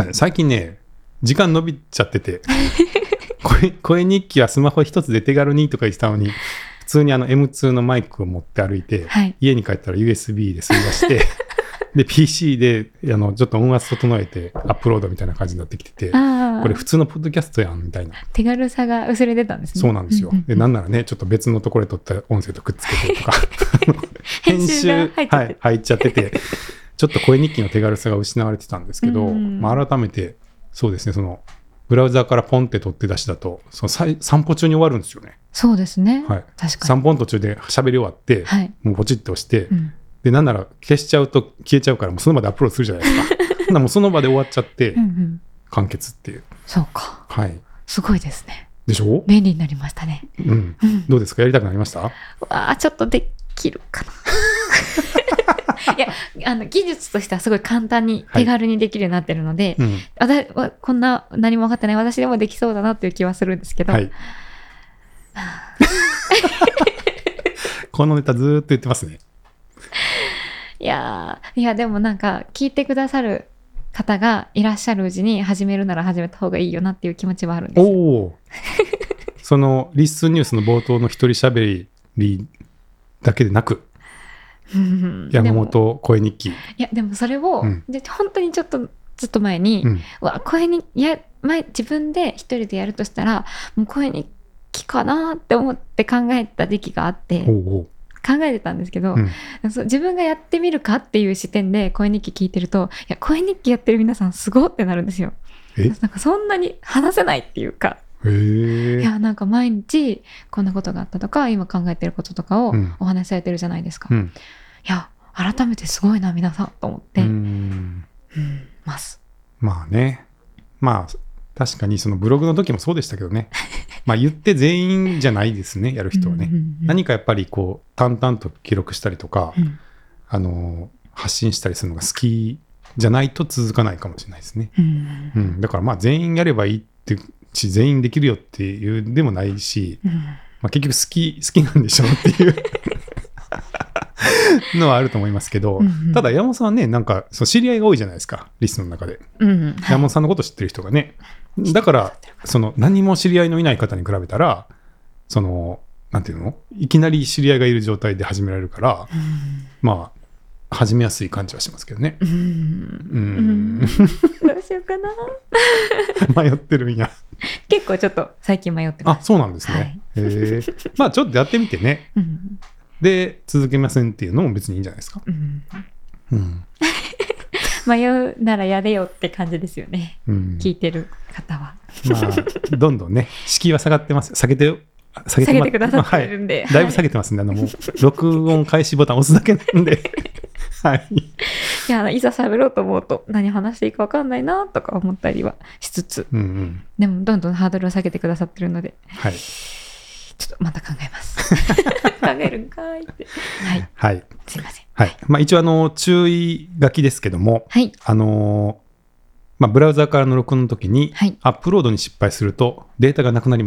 最近ね時間伸びちゃってて声日記はスマホ一つで手軽にとか言ってたのに、普通にM2 のマイクを持って歩いて、はい、家に帰ったら USB で吸い出してで PC でちょっと音圧整えてアップロードみたいな感じになってきてて、これ普通のポッドキャストやんみたいな手軽さが薄れてたんですね。 そうなんですよ、でなんならねちょっと別のところで撮った音声とくっつけてとか編集入っちゃっててちょっと声日記の手軽さが失われてたんですけど、改めてそうですね、そのブラウザからポンって取って出しだとその散歩中に終わるんですよね。 そうですね、 はい、 確かに散歩の途中で喋り終わって、もうポチッと押して、でなんなら消しちゃうと消えちゃうからもうその場でアップロードするじゃないですかもうその場で終わっちゃって完結っていう。 そうか、はい、すごいですね。 でしょ。 便利になりましたね。 どうですか、やりたくなりました？ ちょっとできるかないや技術としてはすごい簡単に手軽にできるようになってるので、私はこんな何も分かってない私でもできそうだなっていう気はするんですけど、 このネタずーっと言ってますね。 いやでもなんか聞いてくださる方がいらっしゃるうちに始めるなら始めた方がいいよなっていう気持ちはあるんですよ。 そのリッスンニュースの冒頭の一人喋りだけでなく山本声日記。いやでもそれを、本当にちょっとずっと前に、声に自分で一人でやるとしたらもう声日記かなって思って考えた時期があって考えてたんですけど、自分がやってみるかっていう視点で声日記聞いてると、いや声日記やってる皆さんすごってなるんですよ。なんかそんなに話せないっていうか、いやなんか毎日こんなことがあったとか今考えてることとかをお話しされてるじゃないですか。いや改めてすごいな皆さんと思ってます。 まあね、まあ確かにそのブログの時もそうでしたけどねまあ言って全員じゃないですね、やる人はね。何かやっぱりこう淡々と記録したりとか、発信したりするのが好きじゃないと続かないかもしれないですね。だからまあ全員やればいいってし全員できるよっていうでもないし、まあ、結局好きなんでしょうっていうのはあると思いますけど、ただ山本さんはねなんかその知り合いが多いじゃないですか、リストの中で、山本さんのこと知ってる人がね。だからその何も知り合いのいない方に比べたらそのなんていうの、いきなり知り合いがいる状態で始められるから、まあ始めやすい感じはしますけどね。どうしようかな迷ってるんや。 結構ちょっと最近迷ってます。 あ、そうなんですね。まあちょっとやってみてね、で続けませんっていうのも別にいいんじゃないですか。 迷うならやれよって感じですよね、聞いてる方は。 まあどんどんね敷居は下がってます。下げてくださってるんで、 だいぶ下げてますんで、もう録音開始ボタン押すだけなんでいやいざ喋ろうと思うと何話していいか分かんないなとか思ったりはしつつ、でもどんどんハードルを下げてくださってるので、ちょっとまた考えます考えるんかいってすいません。 まあ、一応注意書きですけども、まあ、ブラウザからの録音の時に、アップロードに失敗するとデータがなくなります。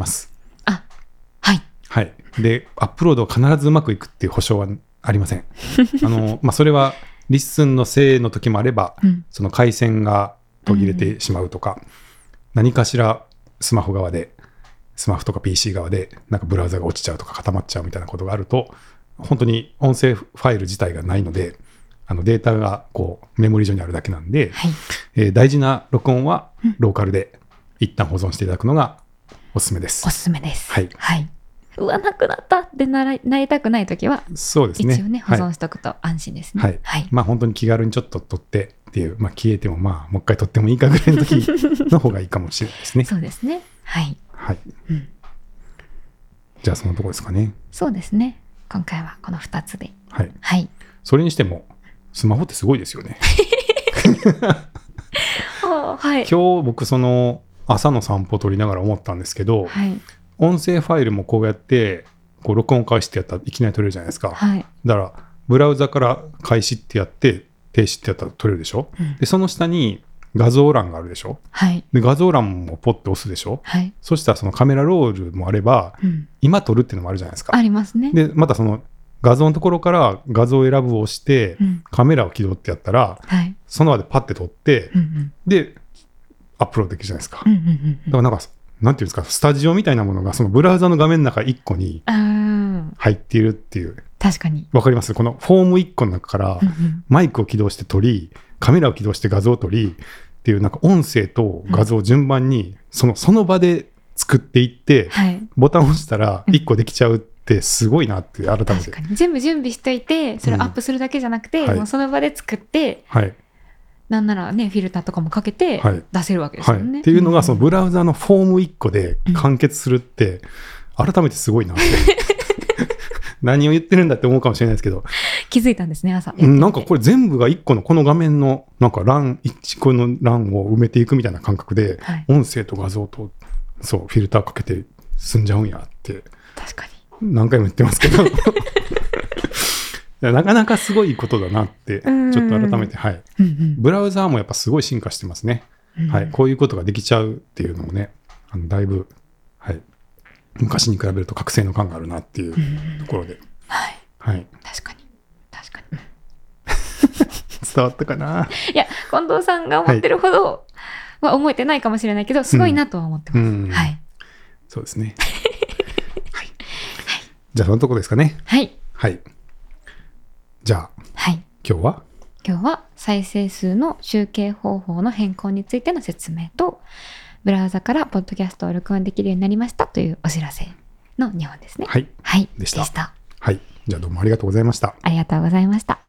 でアップロードは必ずうまくいくっていう保証はありませんまあ、それはリッスンのせいの時もあれば、その回線が途切れてしまうとか、何かしらスマホとか PC 側でなんかブラウザが落ちちゃうとか固まっちゃうみたいなことがあると、本当に音声ファイル自体がないのでデータがこうメモリ上にあるだけなんで、大事な録音はローカルで一旦保存していただくのがおすすめです。 おすすめです。うわなくなったってなりたくないときは、 そうですね、 一応ね保存しておくと安心ですね。 まあ本当に気軽にちょっと撮ってっていう、まあ、消えてもまあもう一回撮ってもいいかぐらいの時の方がいいかもしれないですね。 そうですね。 じゃあそのところですかね。 そうですね。今回はこの2つで。 それにしてもスマホってすごいですよね今日僕その朝の散歩撮りながら思ったんですけど、音声ファイルもこうやってこう録音開始ってやったらいきなり撮れるじゃないですか。だからブラウザから開始ってやって停止ってやったら撮れるでしょ、でその下に画像欄があるでしょ、で画像欄もポッて押すでしょ、そしたらそのカメラロールもあれば、今撮るっていうのもあるじゃないですか。 ありますね。 でまたその画像のところから画像を選ぶを押して、カメラを起動ってやったら、その場でパッて撮って、でアップロードできるじゃないですか。だからなんかなんていうんですか、スタジオみたいなものがそのブラウザの画面の中1個に入っているっていう、 確かに。 わかります？このフォーム1個の中からマイクを起動して撮り、カメラを起動して画像を撮りっていう、なんか音声と画像を順番にその場で作っていって、ボタンを押したら1個できちゃうってすごいなって改めて。 確かに全部準備しといて、それをアップするだけじゃなくて、もうその場で作って、なんならねフィルターとかもかけて出せるわけですよね。 っていうのがそのブラウザのフォーム1個で完結するって、改めてすごいなって何を言ってるんだって思うかもしれないですけど、 気づいたんですね朝。 なんかこれ全部が1個のこの画面のなんか1個の欄を埋めていくみたいな感覚で、音声と画像とそうフィルターかけて済んじゃうんやって。 確かに何回も言ってますけどなかなかすごいことだなってちょっと改めて、ブラウザーもやっぱすごい進化してますね。こういうことができちゃうっていうのもね、だいぶ、昔に比べると覚醒の感があるなっていうところで、 確かに伝わったかな。 いや近藤さんが思ってるほどは思えてないかもしれないけど、すごいなとは思ってます。 そうですね。じゃあそのとこですかね。じゃあ、今日は再生数の集計方法の変更についての説明と、ブラウザからポッドキャストを録音できるようになりましたというお知らせの2本ですね。 でした。じゃあどうもありがとうございました。 ありがとうございました。